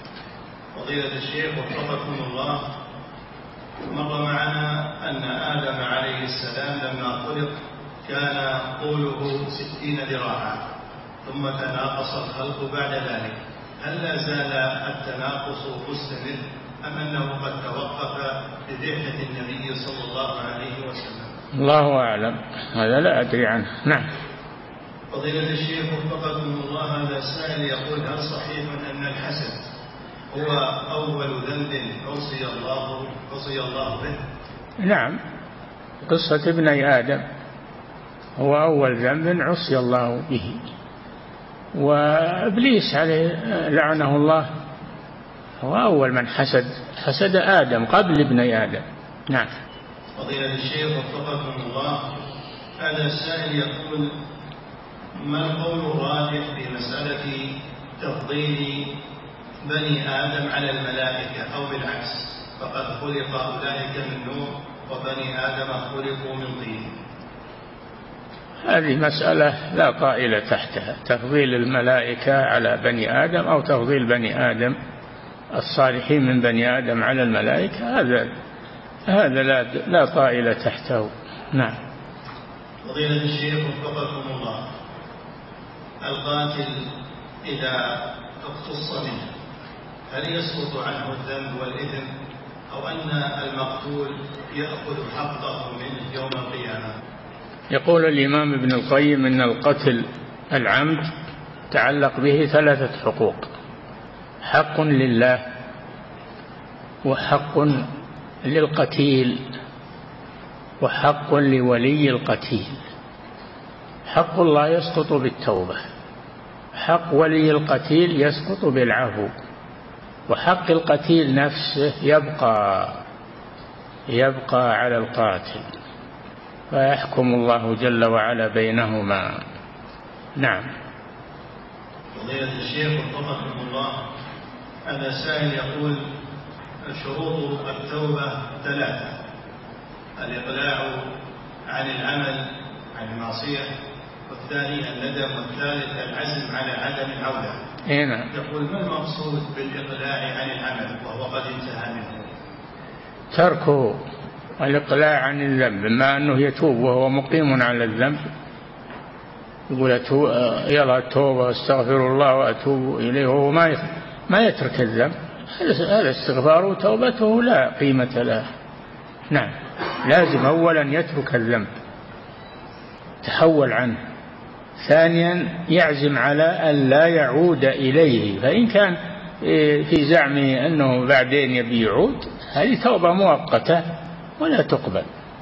فضيلة الشيخ وفقكم الله، مر معنا أن آدم عليه السلام لما خلق كان طوله 60 ذراعا، ثم تناقص الخلق بعد ذلك، هل لا زال التناقص مستمر أم أنه قد توقف ببعثة النبي صلى الله عليه وسلم؟ الله أعلم، هذا لا أدري عنه. نعم. فضيلة الشيخ وفقكم الله، هذا سائل يقول: هل صحيح أن الحسد هو أول ذنب عصي الله به؟ نعم، قصة ابني آدم هو أول ذنب عصي الله به، وإبليس عليه لعنه الله هو أول من حسد آدم قبل ابني آدم. نعم. فضيلة الشيخ وفقكم الله، هذا السائل يقول: ما القول الراجح في مسألة تفضيل بني آدم على الملائكة أو بالعكس، فقد خلق أولئك من نور وبني آدم خلقوا من طين؟ هذه مسألة لا طائل تحتها، تفضيل الملائكة على بني آدم أو تفضيل بني آدم الصالحين من بني آدم على الملائكة، هذا لا طائل تحته. نعم. فضيلة الشيخ وفقكم الله، القاتل إذا اقتص منه هل يسقط عنه الذنب والإثم، أو أن المقتول يأخذ حقه منه يوم القيامة؟ يقول الإمام ابن القيم إن القتل العمد تعلق به 3 حقوق: حق لله، وحق للقتيل، وحق لولي القتيل. حق الله يسقط بالتوبة، حق ولي القتيل يسقط بالعفو، وحق القتيل نفسه يبقى على القاتل، فيحكم الله جل وعلا بينهما. نعم. فضيلة الشيخ وفقكم الله، هذا سائل يقول: شروط التوبة 3: الإقلاع عن العمل عن المعصية، والثاني الندم، والثالث العزم على عدم العودة. هنا يقول: ما المقصود بالإقلاع عن العمل وهو قد انتهى منه؟ تركه، الإقلاع عن الذنب، ما أنه يتوب وهو مقيم على الذنب، يقول يلا التوبة واستغفر الله وأتوب إليه وهو ما يترك الذنب، هذا استغفاره وتوبته لا قيمة له. نعم، لازم أولا يترك الذنب، تحول عنه، ثانيا يعزم على أن لا يعود إليه، فإن كان في زعمه أنه بعدين يبي يعود، هذه توبة مؤقتة ولا تقبل.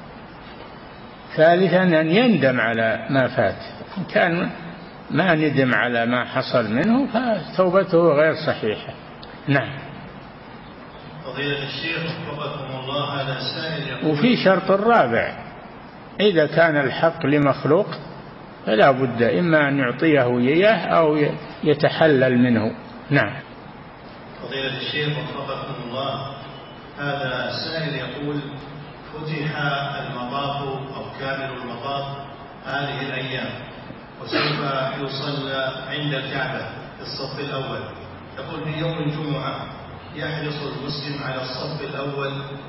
ثالثا أن يندم على ما فات، إن كان ما ندم على ما حصل منه فتوبته غير صحيحة. نعم. فضيلة الشيخ وفقكم الله، هذا سائل يقول: وفي شرط رابع: إذا كان الحق لمخلوق فلا بد إما أن يعطيه إياه أو يتحلل منه. نعم. فضيلة الشيخ وفقكم الله، هذا سائل يقول: فتح المطاف أو كامل المطاف هذه الأيام، وسوف يصلى عند الكعبة في الصف الأول. يقول: في يوم الجمعة يحرص المسلم على الصف الأول،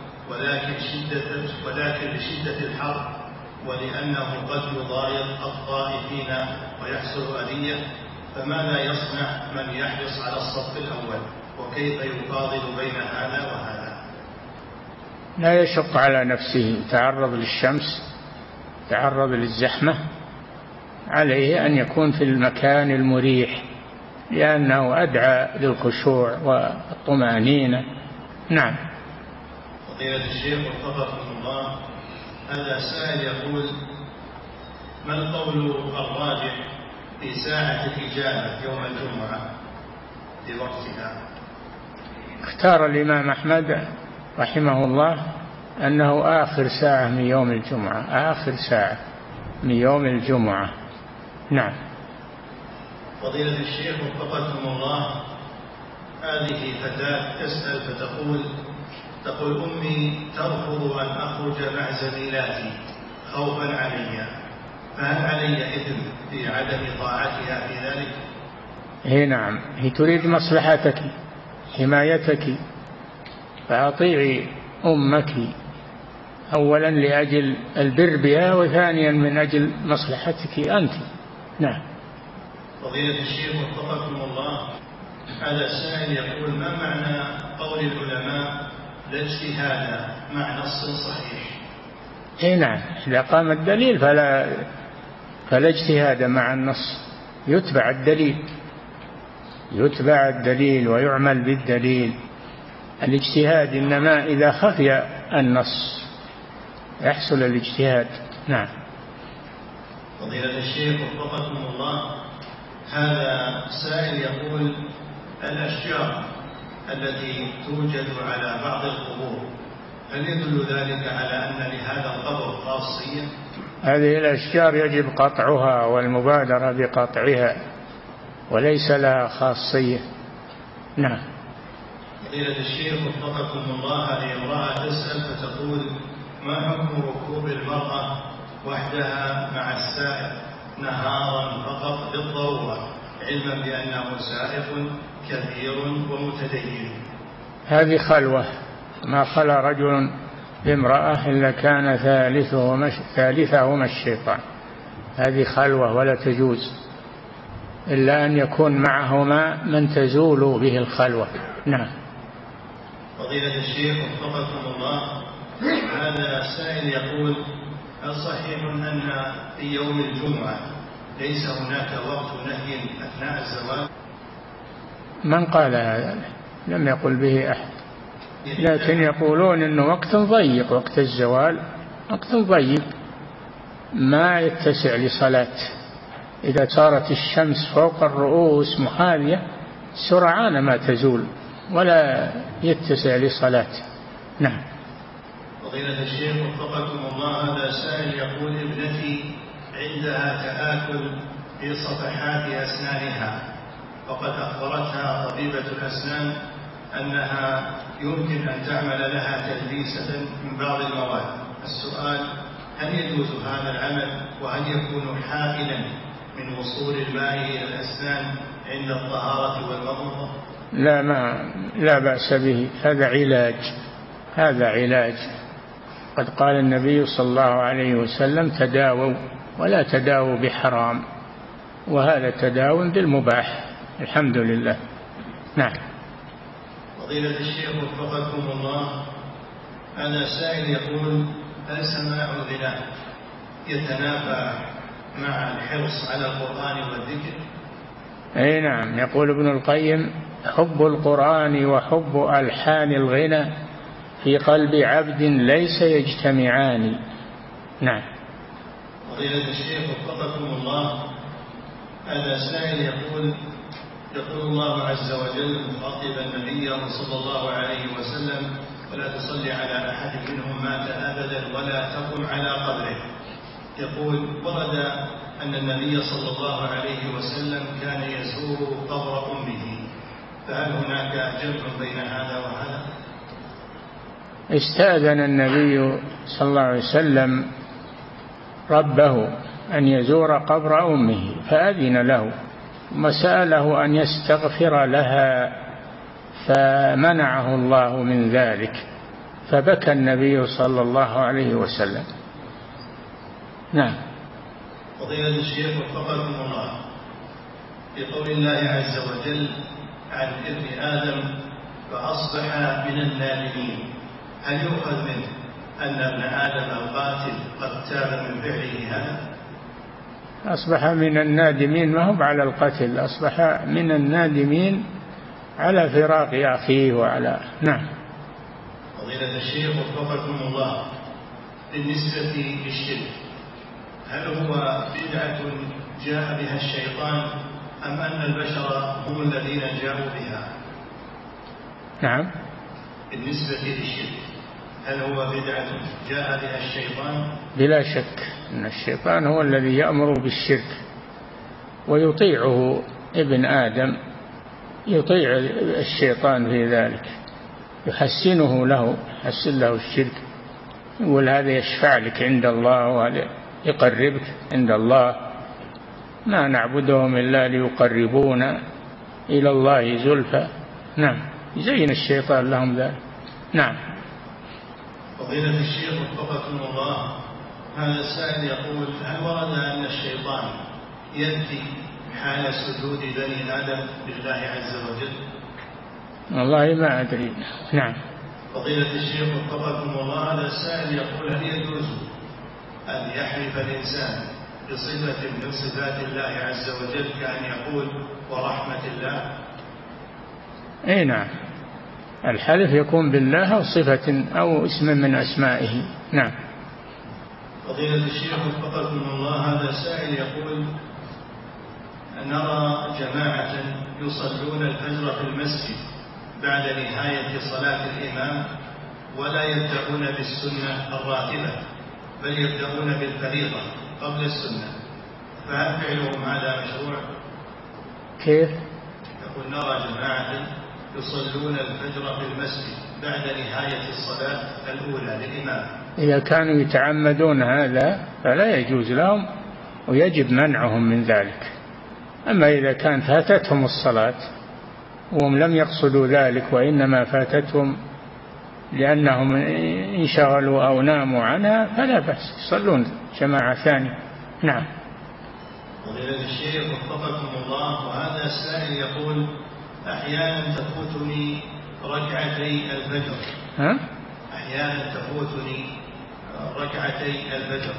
ولكن لشدة الحر ولأنه قد يضايق الطائفين ويحصل أذية، فماذا يصنع من يحرص على الصف الأول، وكيف يفاضل بين هذا وهذا؟ لا يشق على نفسه، تعرض للشمس، تعرض للزحمة، عليه أن يكون في المكان المريح، لأنه أدعى للخشوع والطمأنينة. نعم. فضيلة الشيخ وفقكم الله، هذا سائل يقول: ما القول الراجح في ساعة الإجابة يوم الجمعة لوقتها؟ اختار الإمام أحمد رحمه الله أنه آخر ساعة من يوم الجمعة، آخر ساعة من يوم الجمعة. نعم. فضيلة الشيخ وفقكم الله، هذه فتاة تسأل تقول: أمي ترفض أن أخرج مع زميلاتي خوفا علي، فهل علي إثم في عدم طاعتها في ذلك؟ نعم، هي تريد مصلحتك، حمايتك، فأطيعي أمك أولا لأجل البر بها، وثانيا من أجل مصلحتك أنت. نعم. فضيلة الشيخ وفقكم الله، هذا السائل يقول: ما معنى قول العلماء لا اجتهاد مع نص صحيح؟ نعم، إذا قام الدليل فلا اجتهاد مع النص، يتبع الدليل ويعمل بالدليل. الاجتهاد إنما إذا خفي النص يحصل الاجتهاد. نعم. فضيلة الشيخ وفقكم الله، هذا سائل يقول: الأشجار التي توجد على بعض القبور هل يدل ذلك على أن لهذا القبر خاصية؟ هذه الأشجار يجب قطعها والمبادرة بقطعها، وليس لها خاصية. نعم. فضيلة الشيخ وفقكم الله، هذه امرأة تسأل فتقول: ما حكم ركوب المرأة وحدها مع السائق نهارا فقط للضرورة، علما بأنه سائق كبير ومتدين؟ هذه خلوة، ما خلا رجل بامرأة إلا كان ثالثهما الشيطان. هذه خلوة ولا تجوز إلا أن يكون معهما من تزول به الخلوة. نعم. فضيلة الشيخ وفقكم الله، هذا سائل يقول: هل صحيح أن في يوم الجمعة ليس هناك وقت نهي أثناء الزواج؟ من قال هذا؟ لم يقل به أحد، لكن يقولون إنه وقت ضيق، وقت الزوال وقت ضيق ما يتسع لصلاة. إذا صارت الشمس فوق الرؤوس محاذية سرعان ما تزول ولا يتسع لصلاة. نعم. فضيلة الشيخ وفقكم الله، هذا سائل يقول: ابنتي عندها تآكل في صفحات أسنانها، وقد أخبرتها طبيبة الأسنان أنها يمكن أن تعمل لها تلبيسة من بعض المواد. السؤال: هل يجوز هذا العمل، وهل يكون حائلا من وصول الماء إلى الأسنان عند الطهارة والمضمضة؟ لا بأس به، هذا علاج. قد قال النبي صلى الله عليه وسلم: تداووا ولا تداووا بحرام، وهذا تداو بالمباح. الحمد لله. نعم. فضيلة الشيخ وفقكم الله، هذا سائل يقول: هل سماع الغناء يتنافى مع الحرص على القرآن والذكر؟ أي نعم. يقول ابن القيم: حب القرآن وحب ألحان الغنى في قلب عبد ليس يجتمعان. نعم. فضيلة الشيخ وفقكم الله، هذا سائل يقول الله عز وجل مخاطبا نبيه صلى الله عليه وسلم: ولا تصلي على أحد منهم مات أبدا ولا تقم على قبره. يقول: ورد أن النبي صلى الله عليه وسلم كان يزور قبر أمه، فهل هناك جمع بين هذا وهذا؟ استأذن النبي صلى الله عليه وسلم ربه أن يزور قبر أمه فأذن له، وسأله أن يستغفر لها فمنعه الله من ذلك، فبكى النبي صلى الله عليه وسلم. نعم. فضيلة الشيخ وفقكم الله، في قول الله عز وجل عن ابن آدم فأصبح من النادمين، هل يؤخذ منه أن ابن آدم القاتل قد تاب من فعله هذا؟ أصبح من النادمين ما هو على القتل، أصبح من النادمين على فراق أخيه وعلى. نعم. فضيلة الشيخ وفقكم الله، بالنسبة للشرك هل هو بدعة جاء بها الشيطان أم أن البشر هم الذين جاءوا بها؟ نعم. بالنسبة للشرك هل هو بدعة جاء بها الشيطان؟ بلا شك أن الشيطان هو الذي يأمر بالشرك، ويطيعه ابن آدم، يطيع الشيطان في ذلك، يحسن له الشرك، يقول هذا يشفع لك عند الله وهذا يقربك عند الله، ما نعبدهم إلا ليقربونا إلى الله زلفى. نعم. يزين الشيطان لهم ذلك. نعم. فضيلة الشيخ وفقكم الله، هذا السائل يقول: هل ورد أن الشيطان يأتي حال سجود بني آدم لله عز وجل؟ والله ما أدري. نعم. فضيلة الشيخ وفقكم الله، هذا السائل يقول: هل يجوز أن يحلف الإنسان بصفة من صفات الله عز وجل كأن يقول ورحمة الله؟ أي نعم، الحلف يكون بالله أو صفة أو اسم من أسمائه. نعم. فضيلة الشيخ وفقكم الله، هذا سائل يقول: نرى جماعة يصلون الفجر في المسجد بعد نهاية صلاة الإمام ولا يبدأون بالسنة الراتبة بل يبدأون بالفريضة قبل السنة، فهل فعلهم هذا مشروع؟ كيف؟ يقول: نرى جماعة يصلون الفجر في المسجد بعد نهاية الصلاة الأولى للإمام. إذا كانوا يتعمدون هذا فلا يجوز لهم ويجب منعهم من ذلك. أما إذا كان فاتتهم الصلاة وهم لم يقصدوا ذلك وإنما فاتتهم لأنهم انشغلوا أو ناموا عنها فلا بأس، يصلون جماعة ثانية. نعم. فضيلة الشيخ وفقكم الله، وهذا السائل يقول: أحيانا تفوتني ركعتي الفجر. أحيانا تفوتني ركعتي الفجر.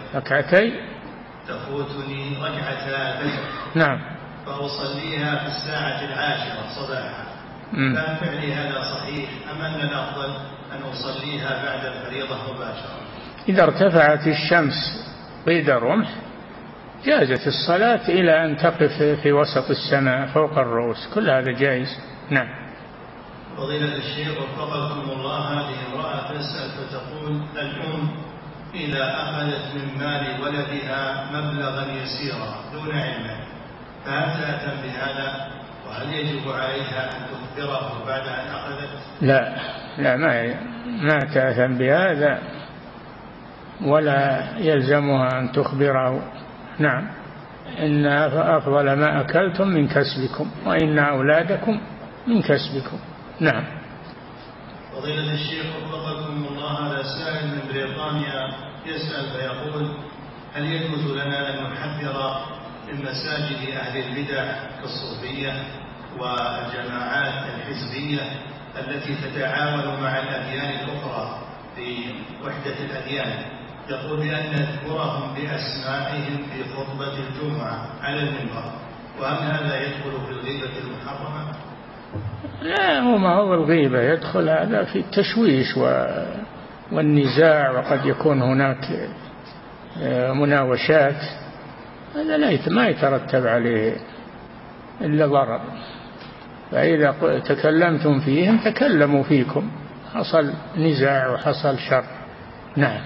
تفوتني ركعتا الفجر. نعم. فأصليها في الساعة 10 صباحا، فهل فعلي هذا صحيح أم أن الأفضل أن أصليها بعد الفريضة مباشرة؟ إذا ارتفعت الشمس قيد الرمح جازت الصلاة إلى أن تقف في وسط السماء فوق الرؤوس، كل هذا جائز. نعم. فضيلة الشيخ وفقكم الله، هذه امرأة تسأل فتقول: الأم إذا أخذت من مال ولدها مبلغا يسيرا دون علمه فهل تأثم بهذا؟ وهل يجب عليها أن تخبره بعد أن أخذت؟ لا ما تأثم بهذا ولا يلزمها أن تخبره. نعم. إن أفضل ما أكلتم من كسبكم وإن أولادكم من كسبكم. نعم. فضيلة الشيخ وفقكم الله، هذا سائل من بريطانيا يسأل فيقول: هل يجوز لنا أن نحذر من مساجد أهل البدع كالصوفية والجماعات الحزبية التي تتعاون مع الأديان الأخرى في وحدة الأديان؟ يقول بأن نذكرهم بأسمائهم في خطبة الجمعة على المنبر، وهل هذا يدخل في الغيبة المحرمة؟ لا، ما هو الغيبة، يدخل هذا في التشويش والنزاع، وقد يكون هناك مناوشات، هذا ما يترتب عليه إلا ضرر. فإذا تكلمتم فيهم تكلموا فيكم، حصل نزاع وحصل شر. نعم.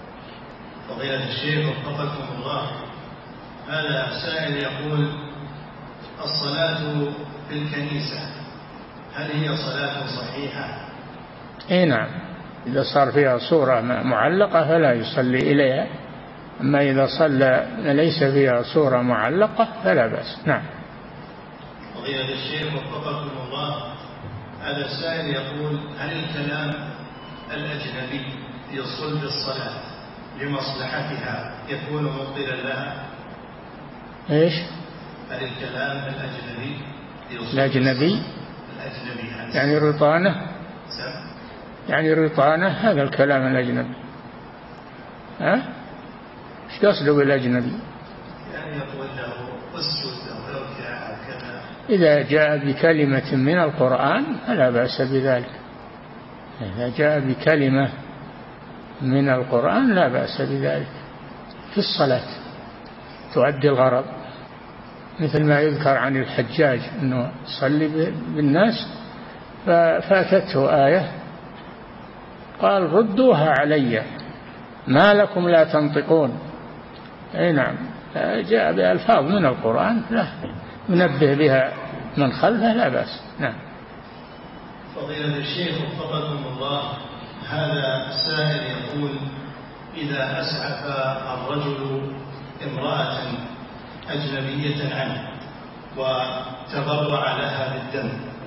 فضيلة الشيخ وفقكم الله، هذا سائل يقول: الصلاة في الكنيسة هل هي صلاة صحيحة؟ اي نعم، إذا صار فيها صورة معلقة فلا يصلي إليها، أما إذا صلى ليس فيها صورة معلقة فلا بأس. نعم. فضيلة الشيخ وفقكم الله، هذا السائل يقول: هل الكلام الأجنبي في صلب الصلاة لمصلحتها يكون مبطلا لها؟ ايش؟ هل الكلام الأجنبي الأجنبي يعني رطانة؟ يعني رطانة هذا الكلام الأجنبي. ايش قصده بالأجنبي؟ يعني يقول له اسجد أو اركع أو كذا. إذا جاء بكلمة من القرآن فلا بأس بذلك. إذا جاء بكلمة من القرآن لا بأس بذلك في الصلاة تؤدي الغرض، مثل ما يذكر عن الحجاج أنه صلي بالناس ففاتته آية قال: ردوها علي ما لكم لا تنطقون. أي نعم، جاء بألفاظ من القرآن لا ينبه بها من خلفه لا بأس. نعم. فضيلة الشيخ وفقكم الله، هذا السائل يقول: إذا أسعف الرجل امرأة أجنبية عنه وتبرع لها بالدم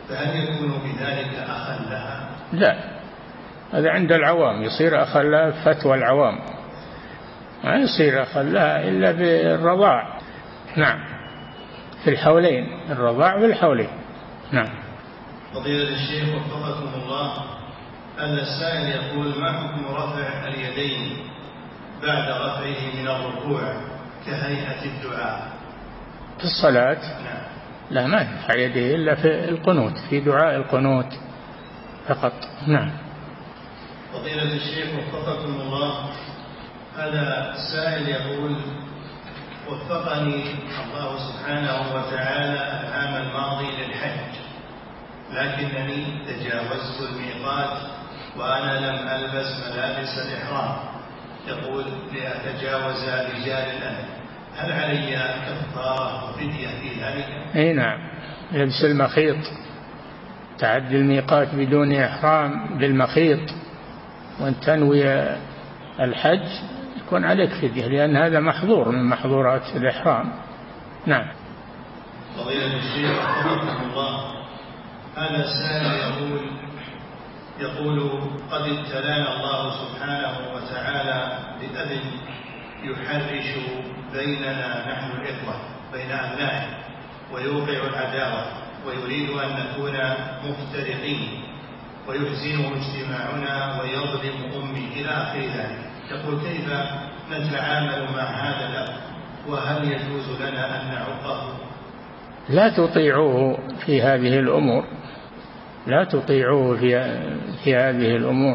فهل يكون بذلك أخا لها؟ لا، هذا عند العوام يصير أخا لها فتوى العوام، ما يصير أخا لها إلا بالرضاع. نعم، في الحولين، الرضاع في الحولين. نعم. فضيلة الشيخ وفقكم الله، هذا السائل يقول: ما حكم رفع اليدين بعد رفعه من الركوع كهيئة الدعاء في الصلاة؟ نعم. لا، ما يرفع يديه إلا في القنوت، في دعاء القنوت فقط. نعم. فضيلة الشيخ وفقكم الله، هذا السائل يقول: وفقني الله سبحانه وتعالى العام الماضي للحج، لكنني تجاوزت الميقات وأنا لم ألبس ملابس الإحرام، يقول لأتجاوز رجال الأمر، هل علي كفارة وفدية في ذلك؟ أي نعم، لبس المخيط، تعدي الميقات بدون إحرام بالمخيط وأن تنوي الحج يكون عليك فدية، لأن هذا محظور من محظورات الإحرام. نعم. فضيلة الشيخ رحمه الله، هذا السائل يقول: قد ابتلانا الله سبحانه وتعالى بأب يحرش بيننا نحن الإخوة بين أبنائه ويوقع العداوة ويريد أن نكون مفترقين ويحزنه اجتماعنا ويظلم أمي إلى آخر ذلك، يقول: كيف نتعامل مع هذا الأب وهل يجوز لنا أن نعقه؟ لا تطيعوه في هذه الأمور، لا تطيعوه في هذه الأمور،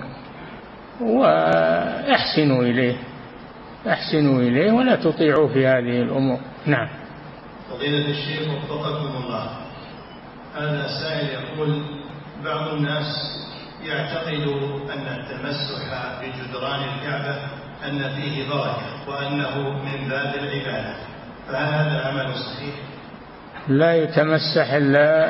وأحسنوا إليه، أحسنوا إليه ولا تطيعوا في هذه الأمور. نعم. فضيلة الشيخ وفقكم الله، هذا سائل يقول: بعض الناس يعتقد أن التمسح بجدران الكعبة أن فيه بركة وأنه من باب العبادة، فهل هذا عمل صحيح؟ لا يتمسح إلا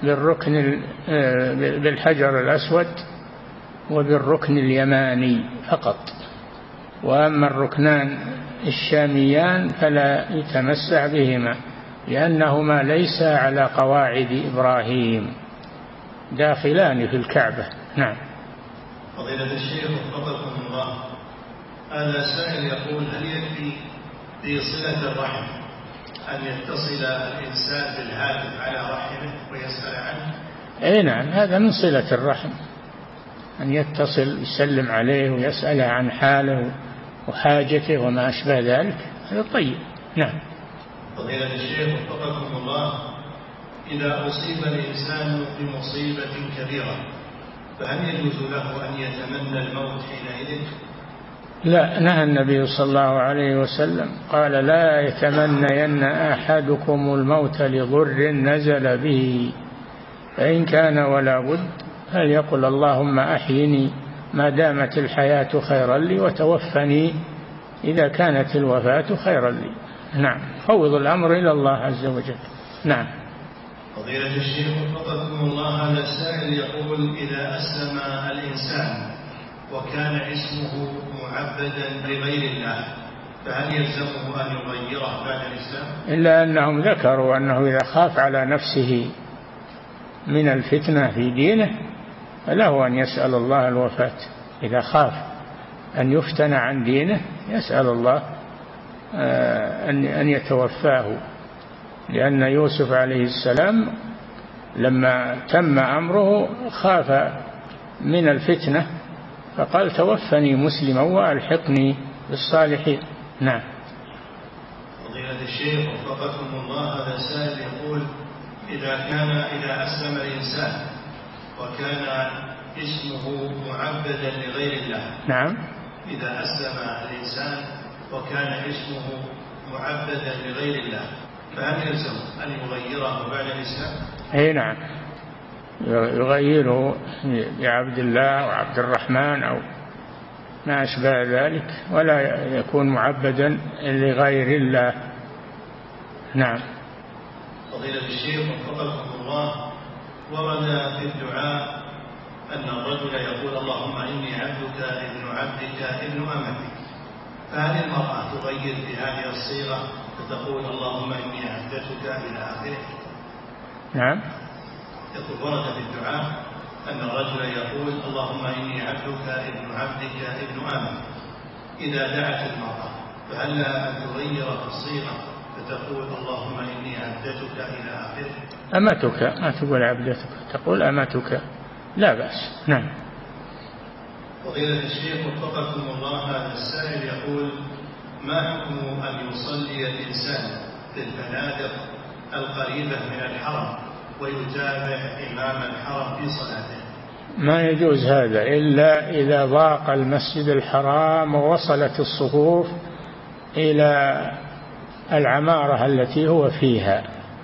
بالحجر الأسود وبالركن اليماني فقط، وأما الركنان الشاميان فلا يتمسح بهما لأنهما ليس على قواعد إبراهيم، داخلان في الكعبة. نعم. فضيلة الشيخ وفقكم الله، هذا سائل يقول: هل يكفي في صلة الرحم أن يتصل الإنسان بالهاتف على رحمه ويسأل عنه؟ أي نعم، هذا من صلة الرحم، أن يتصل يسلم عليه ويسأل عن حاله وحاجته وما أشبه ذلك، هذا طيب. نعم. فضيلة الشيخ وفقكم الله، إذا أصيب الإنسان بمصيبة كبيرة فهل يجوز له أن يتمنى الموت حينئذ؟ لا، نهى النبي صلى الله عليه وسلم قال: لا يتمنين أحدكم الموت لضر نزل به، فإن كان ولا بد فليقل: اللهم أحيني ما دامت الحياة خيرا لي وتوفني إذا كانت الوفاة خيرا لي. نعم، فوض الأمر إلى الله عز وجل. نعم. فضيلة الشيخ وفقكم الله، هذا السائل يقول: إذا أسلم الإنسان وكان اسمه معبدا لغير الله فهل يلزمه أن يغيره بعد الإسلام؟ إلا أنهم ذكروا أنه إذا خاف على نفسه من الفتنة في دينه فله أن يسأل الله الوفاة، إذا خاف أن يفتن عن دينه يسأل الله أن يتوفاه، لأن يوسف عليه السلام لما تم أمره خاف من الفتنة فقال: توفني مسلما وألحقني بالصالحين. نعم. فضيلة الشيخ وفقكم الله، هذا سائل يقول: إذا أسلم الإنسان وكان اسمه معبدا لغير الله. نعم. إذا أسلم الإنسان وكان اسمه معبدا لغير الله فهل يلزم أن يغيره بعد الإسلام؟ أي نعم، يغيره بعبد الله وعبد الرحمن أو ما أشبه ذلك، ولا يكون معبدا لغير الله. نعم. فضيلة الشيخ وفقكم الله، ورد في الدعاء أن الرجل يقول: اللهم إني عبدك ابن عبدك ابن أمتك، فهل المرأة تغير في هذه الصيغة فتقول: اللهم إني عبدتك إلى آخره؟ نعم. يقول ورد في الدعاء أن الرجل يقول اللهم إني عبدك ابن عبدك ابن أمك إذا دعت المرأة، فهلا أن تغير في الصيغة فتقول اللهم إني عبدتك إلى آخره؟ أمتك، ما تقول عبدتك، تقول أمتك، لا بأس. نعم. فضيلة الشيخ وفقكم الله، هذا السائل يقول ما حكم أن يصلي الإنسان في الفنادق القريبة من الحرم ويتابع إمام الحرم في صلاته؟ ما يجوز هذا إلا إذا ضاق المسجد الحرام ووصلت الصفوف إلى العمارة التي هو فيها،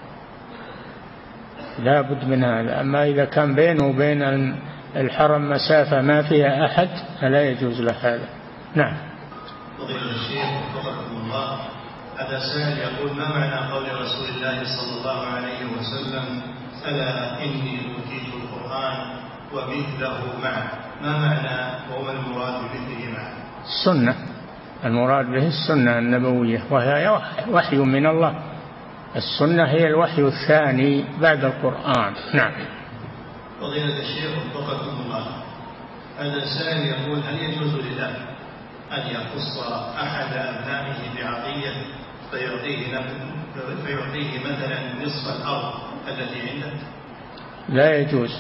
لا بد من هذا. أما إذا كان بينه وبين الحرم مسافة ما فيها أحد فلا يجوز له هذا. نعم. فضيلة الشيخ وفقكم الله، هذا سائل يقول ما معنى قول رسول الله صلى الله عليه وسلم ألا إني أوتيت القرآن ومثله معه؟ ما معنى وما المراد بمثله معه؟ السنة، المراد به السنة النبوية وهي وحي من الله. السنة هي الوحي الثاني بعد القرآن. نعم. فضيلة الشيخ وفقكم الله، هذا سائل يقول هل يجوز لله أن يخص أحد أبنائه بعطية فيعطيه مثلا نصف الأرض التي عنده؟ لا يجوز.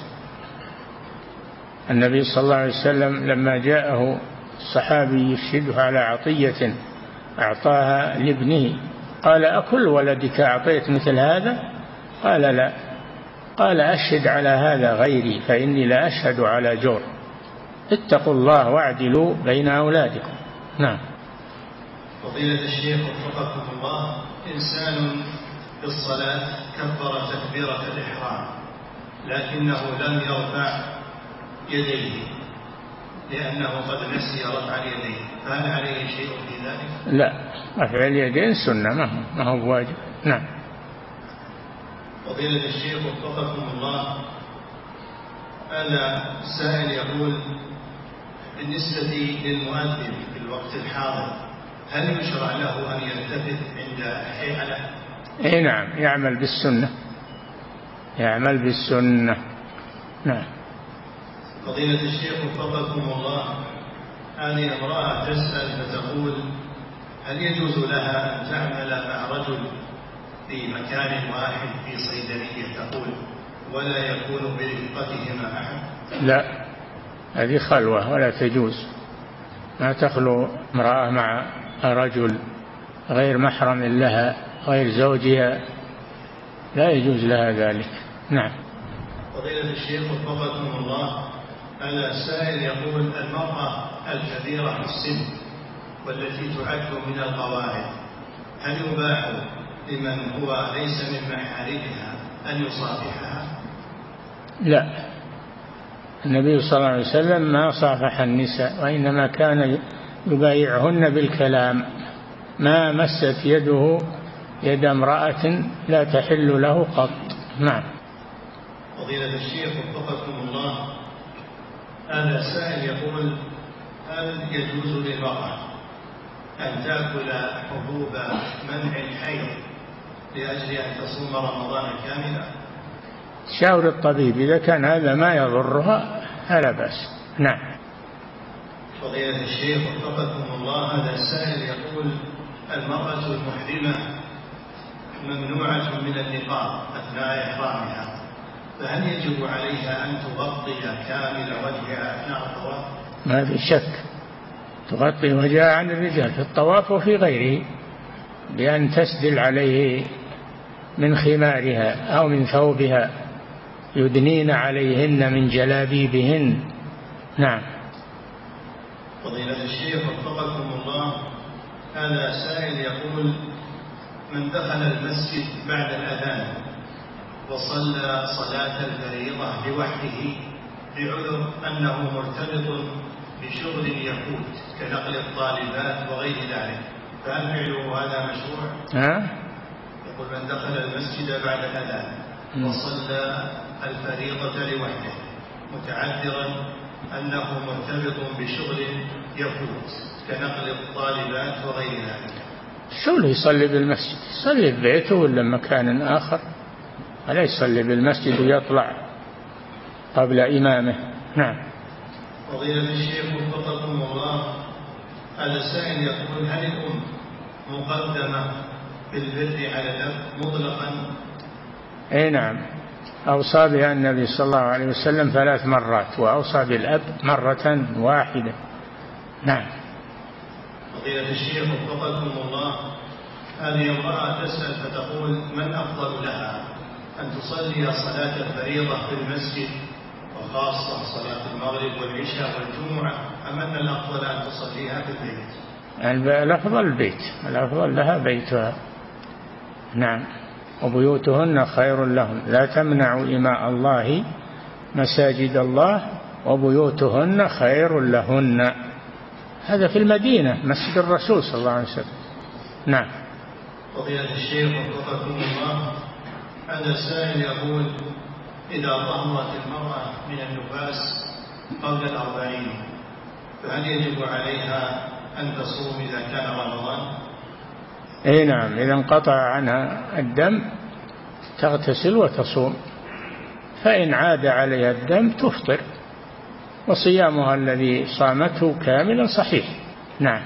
النبي صلى الله عليه وسلم لما جاءه الصحابي يشهده على عطية أعطاها لابنه قال أكل ولدك أعطيت مثل هذا؟ قال لا. قال أشهد على هذا غيري فإني لا أشهد على جور. اتقوا الله واعدلوا بين أولادكم. نعم. فضيلة الشيخ وفقكم الله، إنسان في الصلاة كبر تكبيرة الإحرام لكنه لم يرفع يديه لأنه قد نسي رفع اليدين، فهل عليه شيء في ذلك؟ لا، رفع اليدين سنة ما هو بواجب. نعم. فضيلة الشيخ وفقكم الله، هذا السائل يقول بالنسبة للمؤذن في الوقت الحاضر هل يشرع له أن يلتفت عند حيعلة؟ إيه نعم، يعمل بالسنة. نعم. فضيلة الشيخ وفقكم الله، هذه امرأة تسأل فتقول هل يجوز لها أن تعمل مع رجل في مكان واحد في صيدلية تقول ولا يكون برفقتهما أحد؟ لا، هذه خلوة ولا تجوز. ما تخلو امرأة مع رجل غير محرم لها غير زوجها، لا يجوز لها ذلك. نعم. فضيلة الشيخ وفقكم الله، هذا السائل يقول المرأة الكبيرة في السن والتي تعد من القواعد هل يباح لمن هو ليس من محارمها أن يصافحها؟ لا، النبي صلى الله عليه وسلم ما صافح النساء وإنما كان يبايعهن بالكلام، ما مست يده يد امرأة لا تحل له قط. نعم. فضيلة الشيخ وفقكم الله، هذا سائل يقول هل يجوز للمرأة أن تأكل حبوب منع الحيض لأجل أن تصوم رمضان كاملا؟ شاور الطبيب، إذا كان هذا ما يضرها فلا بأس. نعم. فضيلة الشيخ وفقكم الله، هذا السائل يقول المرأة المحرمة ممنوعة من النقاب أثناء إحرامها، فهل يجب عليها أن تغطي كامل وجهها أثناء الطواف؟ ما في شك، تغطي وجهها عن الرجال في الطواف وفي غيره بأن تسدل عليه من خمارها أو من ثوبها، يدنين عليهن من جلابيبهن. نعم. فضيلة الشيخ وفقكم الله، هذا سائل يقول من دخل المسجد بعد الأذان وصلى صلاة الفريضة لوحده بعذر أنه مرتبط بشغل يفوت كنقل الطالبات وغير ذلك، فهل فعله هذا مشروع؟ يقول من دخل المسجد بعد الأذان وصلى الفريضة لوحده متعذرا أنه مرتبط بشغل يفوت كنقل الطالبات وغير ذلك، شو له يصلي بالمسجد؟ يصلي ببيته ولا مكان آخر، ولا يصلي بالمسجد ويطلع قبل إمامه. نعم. فضيلة الشيخ وفقكم الله، هذا سائل يقول: هل الأم مقدمة بالبر على الأب مطلقا؟ أي نعم، أوصى بها النبي صلى الله عليه وسلم 3 مرات، وأوصى بالأب مرة واحدة. نعم. فضيلة الشيخ وفقكم الله، هذه امرأة تسأل فتقول: من أفضل لها أن تصلي صلاة الفريضة في المسجد وخاصة صلاة المغرب والعشاء والجمعة، أم أن الأفضل أن تصليها في البيت؟ الأفضل البيت، الأفضل لها بيتها. نعم. وبيوتهن خير لهن، لا تمنعوا إماء الله مساجد الله وبيوتهن خير لهن. هذا في المدينة، مسجد الرسول صلى الله عليه وسلم. نعم. فضيلة الشيخ وفقكم الله، هذا سائل يقول: إذا طهرت المرأة من النفاس قبل 40 فهل يجب عليها أن تصوم إذا كان رمضان؟ أي نعم، إذا انقطع عنها الدم تغتسل وتصوم، فإن عاد عليها الدم تفطر، وصيامها الذي صامته كاملا صحيح. نعم.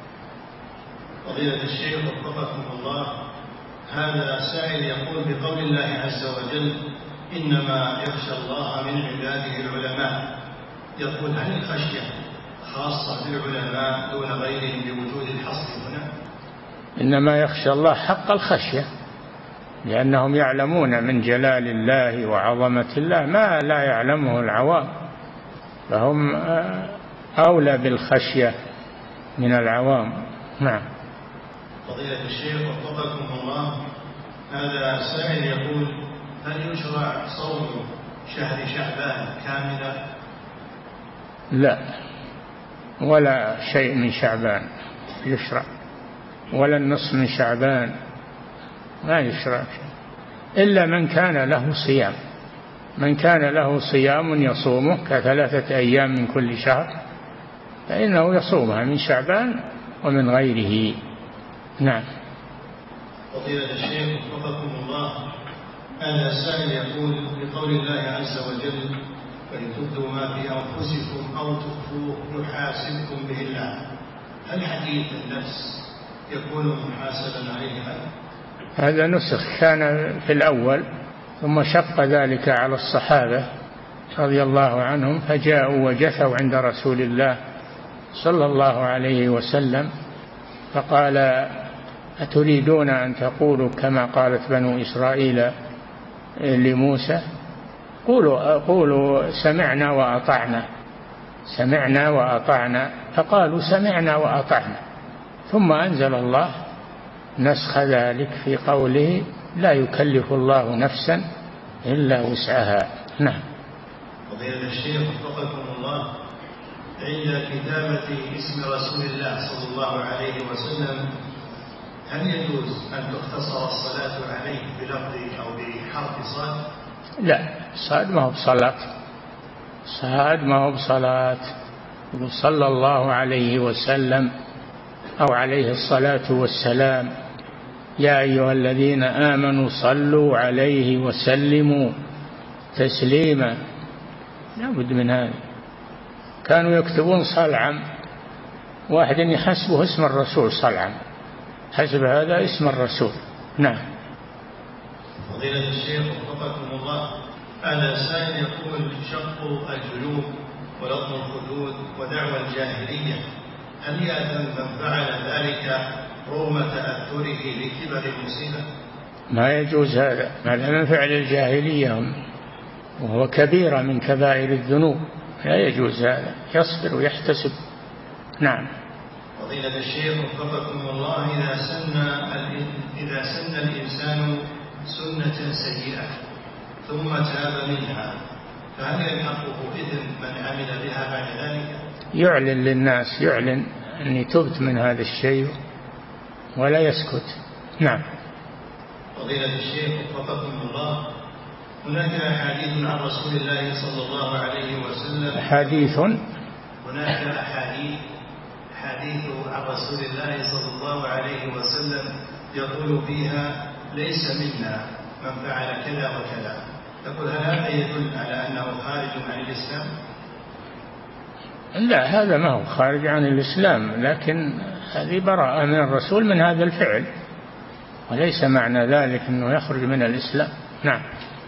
فضيلة الشيخ وفقكم الله، هذا سائل يقول: بقول الله عز وجل: إنما يخشى الله من عباده العلماء، يقول: هل الخشية خاصة بالعلماء دون غيرهم بوجود الحصر هنا؟ إنما يخشى الله حق الخشية، لأنهم يعلمون من جلال الله وعظمة الله ما لا يعلمه العوام، فهم أولى بالخشية من العوام. نعم. فضيلة الشيخ وفقكم الله، هذا سائل يقول: هل يشرع صوم شهر شعبان كاملا؟ لا، ولا شيء من شعبان يشرع، ولا النصف من شعبان ما يشرع شيء، إلا من كان له صيام. من كان له صيام يصومه ك3 أيام من كل شهر فإنه يصومها من شعبان ومن غيره. نعم. فضيلة الشيخ وفقكم الله، هذا سائل يقول: بقول الله عز وجل: فإن تبدوا ما في أنفسكم أو تخفوه يحاسبكم به الله، هل حديث النفس يكون محاسبا عليه؟ هذا نسخ كان في الأول، ثم شق ذلك على الصحابة رضي الله عنهم، فجاءوا وجثوا عند رسول الله صلى الله عليه وسلم فقال: أتريدون أن تقولوا كما قالت بنو إسرائيل لموسى؟ قولوا سمعنا وأطعنا، سمعنا وأطعنا. فقالوا سمعنا وأطعنا، ثم أنزل الله نسخ ذلك في قوله: لا يكلف الله نفسا إلا وسعها. نعم. فضيلة الشيخ وفقكم الله، عند كتابة اسم رسول الله صلى الله عليه وسلم هل يجوز أن تختصر الصلاة عليه بلفظ أو بحرف صاد؟ لا، صاد ما هو بصلاة، صاد ما هو بصلاة. صلى الله عليه وسلم أو عليه الصلاة والسلام. يا أيها الذين آمنوا صلوا عليه وسلموا تسليما. لا بد من هذا. كانوا يكتبون صلعم، واحد يحسبه اسم الرسول صلعم، حسب هذا اسم الرسول. نعم. فضيلة الشيخ وفقكم الله، هذا سائل يقول: شق الجيوب ولطم الخدود ودعوى الجاهلية، هل يأثم من فعل ذلك رغم تأثره لكبر المصيبة؟ ما يجوز هذا من فعل الجاهلية، وهو كبيرة من كبائر الذنوب، لا يجوز هذا، يصبر ويحتسب. نعم. فضيلة الشيخ وفقكم الله، إذا سن الإنسان سنة سيئة ثم تاب منها فهل يلحقه إثم من عمل بها بعد ذلك؟ يعلن للناس، يعلن أني تبت من هذا الشيء ولا يسكت. نعم. فضيلة الشيخ وفقكم الله، هناك أحاديث عن رسول الله صلى الله عليه وسلم، هناك أحاديث عن رسول الله صلى الله عليه وسلم يقول فيها: ليس منا من فعل كذا وكذا، يقول هل هذا يدل على أنه خارج عن الإسلام؟ لا، هذا ما هو خارج عن الإسلام، لكن هذه براءة من الرسول من هذا الفعل، وليس معنى ذلك أنه يخرج من الإسلام. نعم.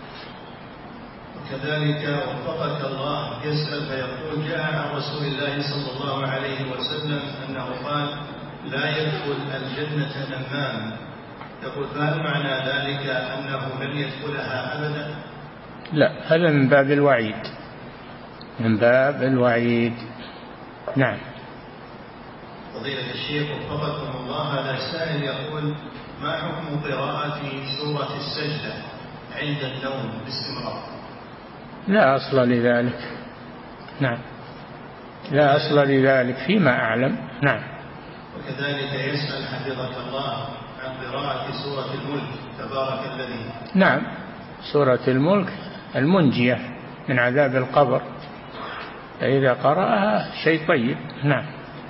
وكذلك وفقك الله يسأل فيقول جاء عن رسول الله صلى الله عليه وسلم أنه قال لا يدخل الجنة نمام، يقول فهل معنى ذلك أنه لن يدخلها أبدا؟ لا، هذا من باب الوعيد، من باب الوعيد. نعم. فضيلة الشيخ وفقكم الله، هذا السائل يقول ما حكم قراءة سورة السجدة عند النوم باستمرار؟ لا أصل لذلك. نعم، لا أصل لذلك فيما أعلم. نعم. وكذلك يسأل حفظك الله عن قراءة سورة الملك تبارك الذي. نعم، سورة الملك المنجية من عذاب القبر، فإذا قرأها شيء طيب. نعم.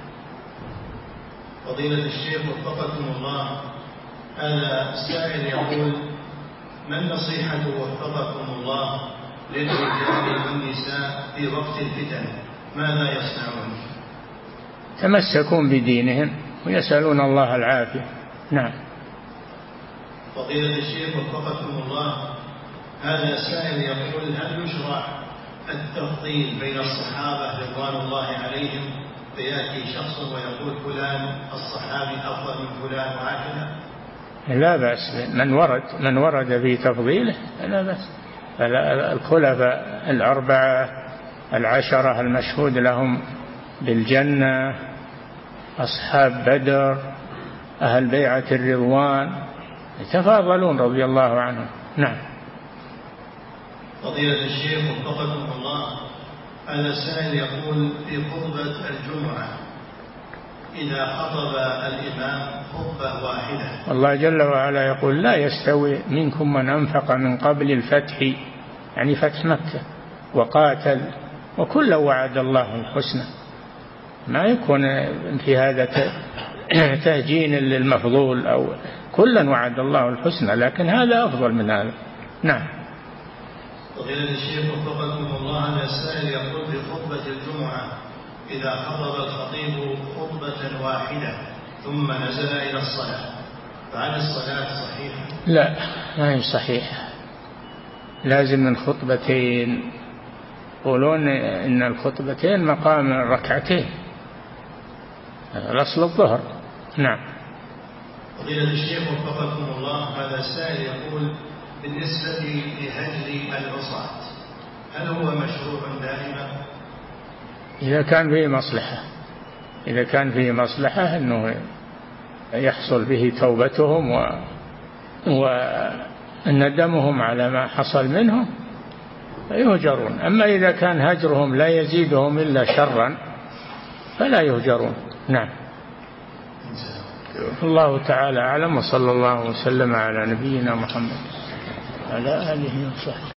فضيلة الشيخ وفقكم الله، هذا السائل يقول ما النصيحة وفقكم الله للرجال والنساء في وقت الفتن، ماذا يصنعون؟ تمسكون بدينهم ويسألون الله العافية. نعم. فضيلة الشيخ وفقكم الله، هذا السائل يقول هل يشرع التفضيل بين الصحابة رضوان الله عليهم، فيأتي شخص ويقول فلان الصحابي أفضل من فلان وهكذا؟ لا بأس، من ورد في تفضيله لا بأس. الخلفاء الأربعة العشرة المشهود لهم بالجنة، أصحاب بدر، أهل بيعة الرضوان، يتفاضلون رضي الله عنهم. نعم. فضيلة الشيخ وفقكم الله، هذا السائل يقول في خطبة الجمعة إذا خطب الإمام خطبة واحدة، الله جل وعلا يقول لا يستوي منكم من أنفق من قبل الفتح، يعني فتح مكة، وقاتل، وكلا وعد الله الحسنى. ما يكون في هذا تهجين للمفضول، أو كلا وعد الله الحسنى، لكن هذا أفضل من هذا. نعم. فضيلة الشيخ وفقكم الله، هذا السائل يقول في خطبة الجمعة إذا خطب الخطيب خطبة واحدة ثم نزل إلى الصلاة، فهل الصلاة صحيحة؟ لا، ما هي صحيحة، لازم من خطبتين. يقولون إن الخطبتين مقام الركعتين، الأصل الظهر. نعم. فضيلة الشيخ وفقكم الله، هذا السائل يقول بالنسبة لهجر العصاة هل هو مشروع دائما؟ إذا كان فيه مصلحة، إذا كان فيه مصلحة أنه يحصل به توبتهم وندمهم على ما حصل منهم فيهجرون. أما إذا كان هجرهم لا يزيدهم إلا شرا فلا يهجرون. نعم. الله تعالى أعلم، وصلى الله وسلم على نبينا محمد وعلى آله وصحبه.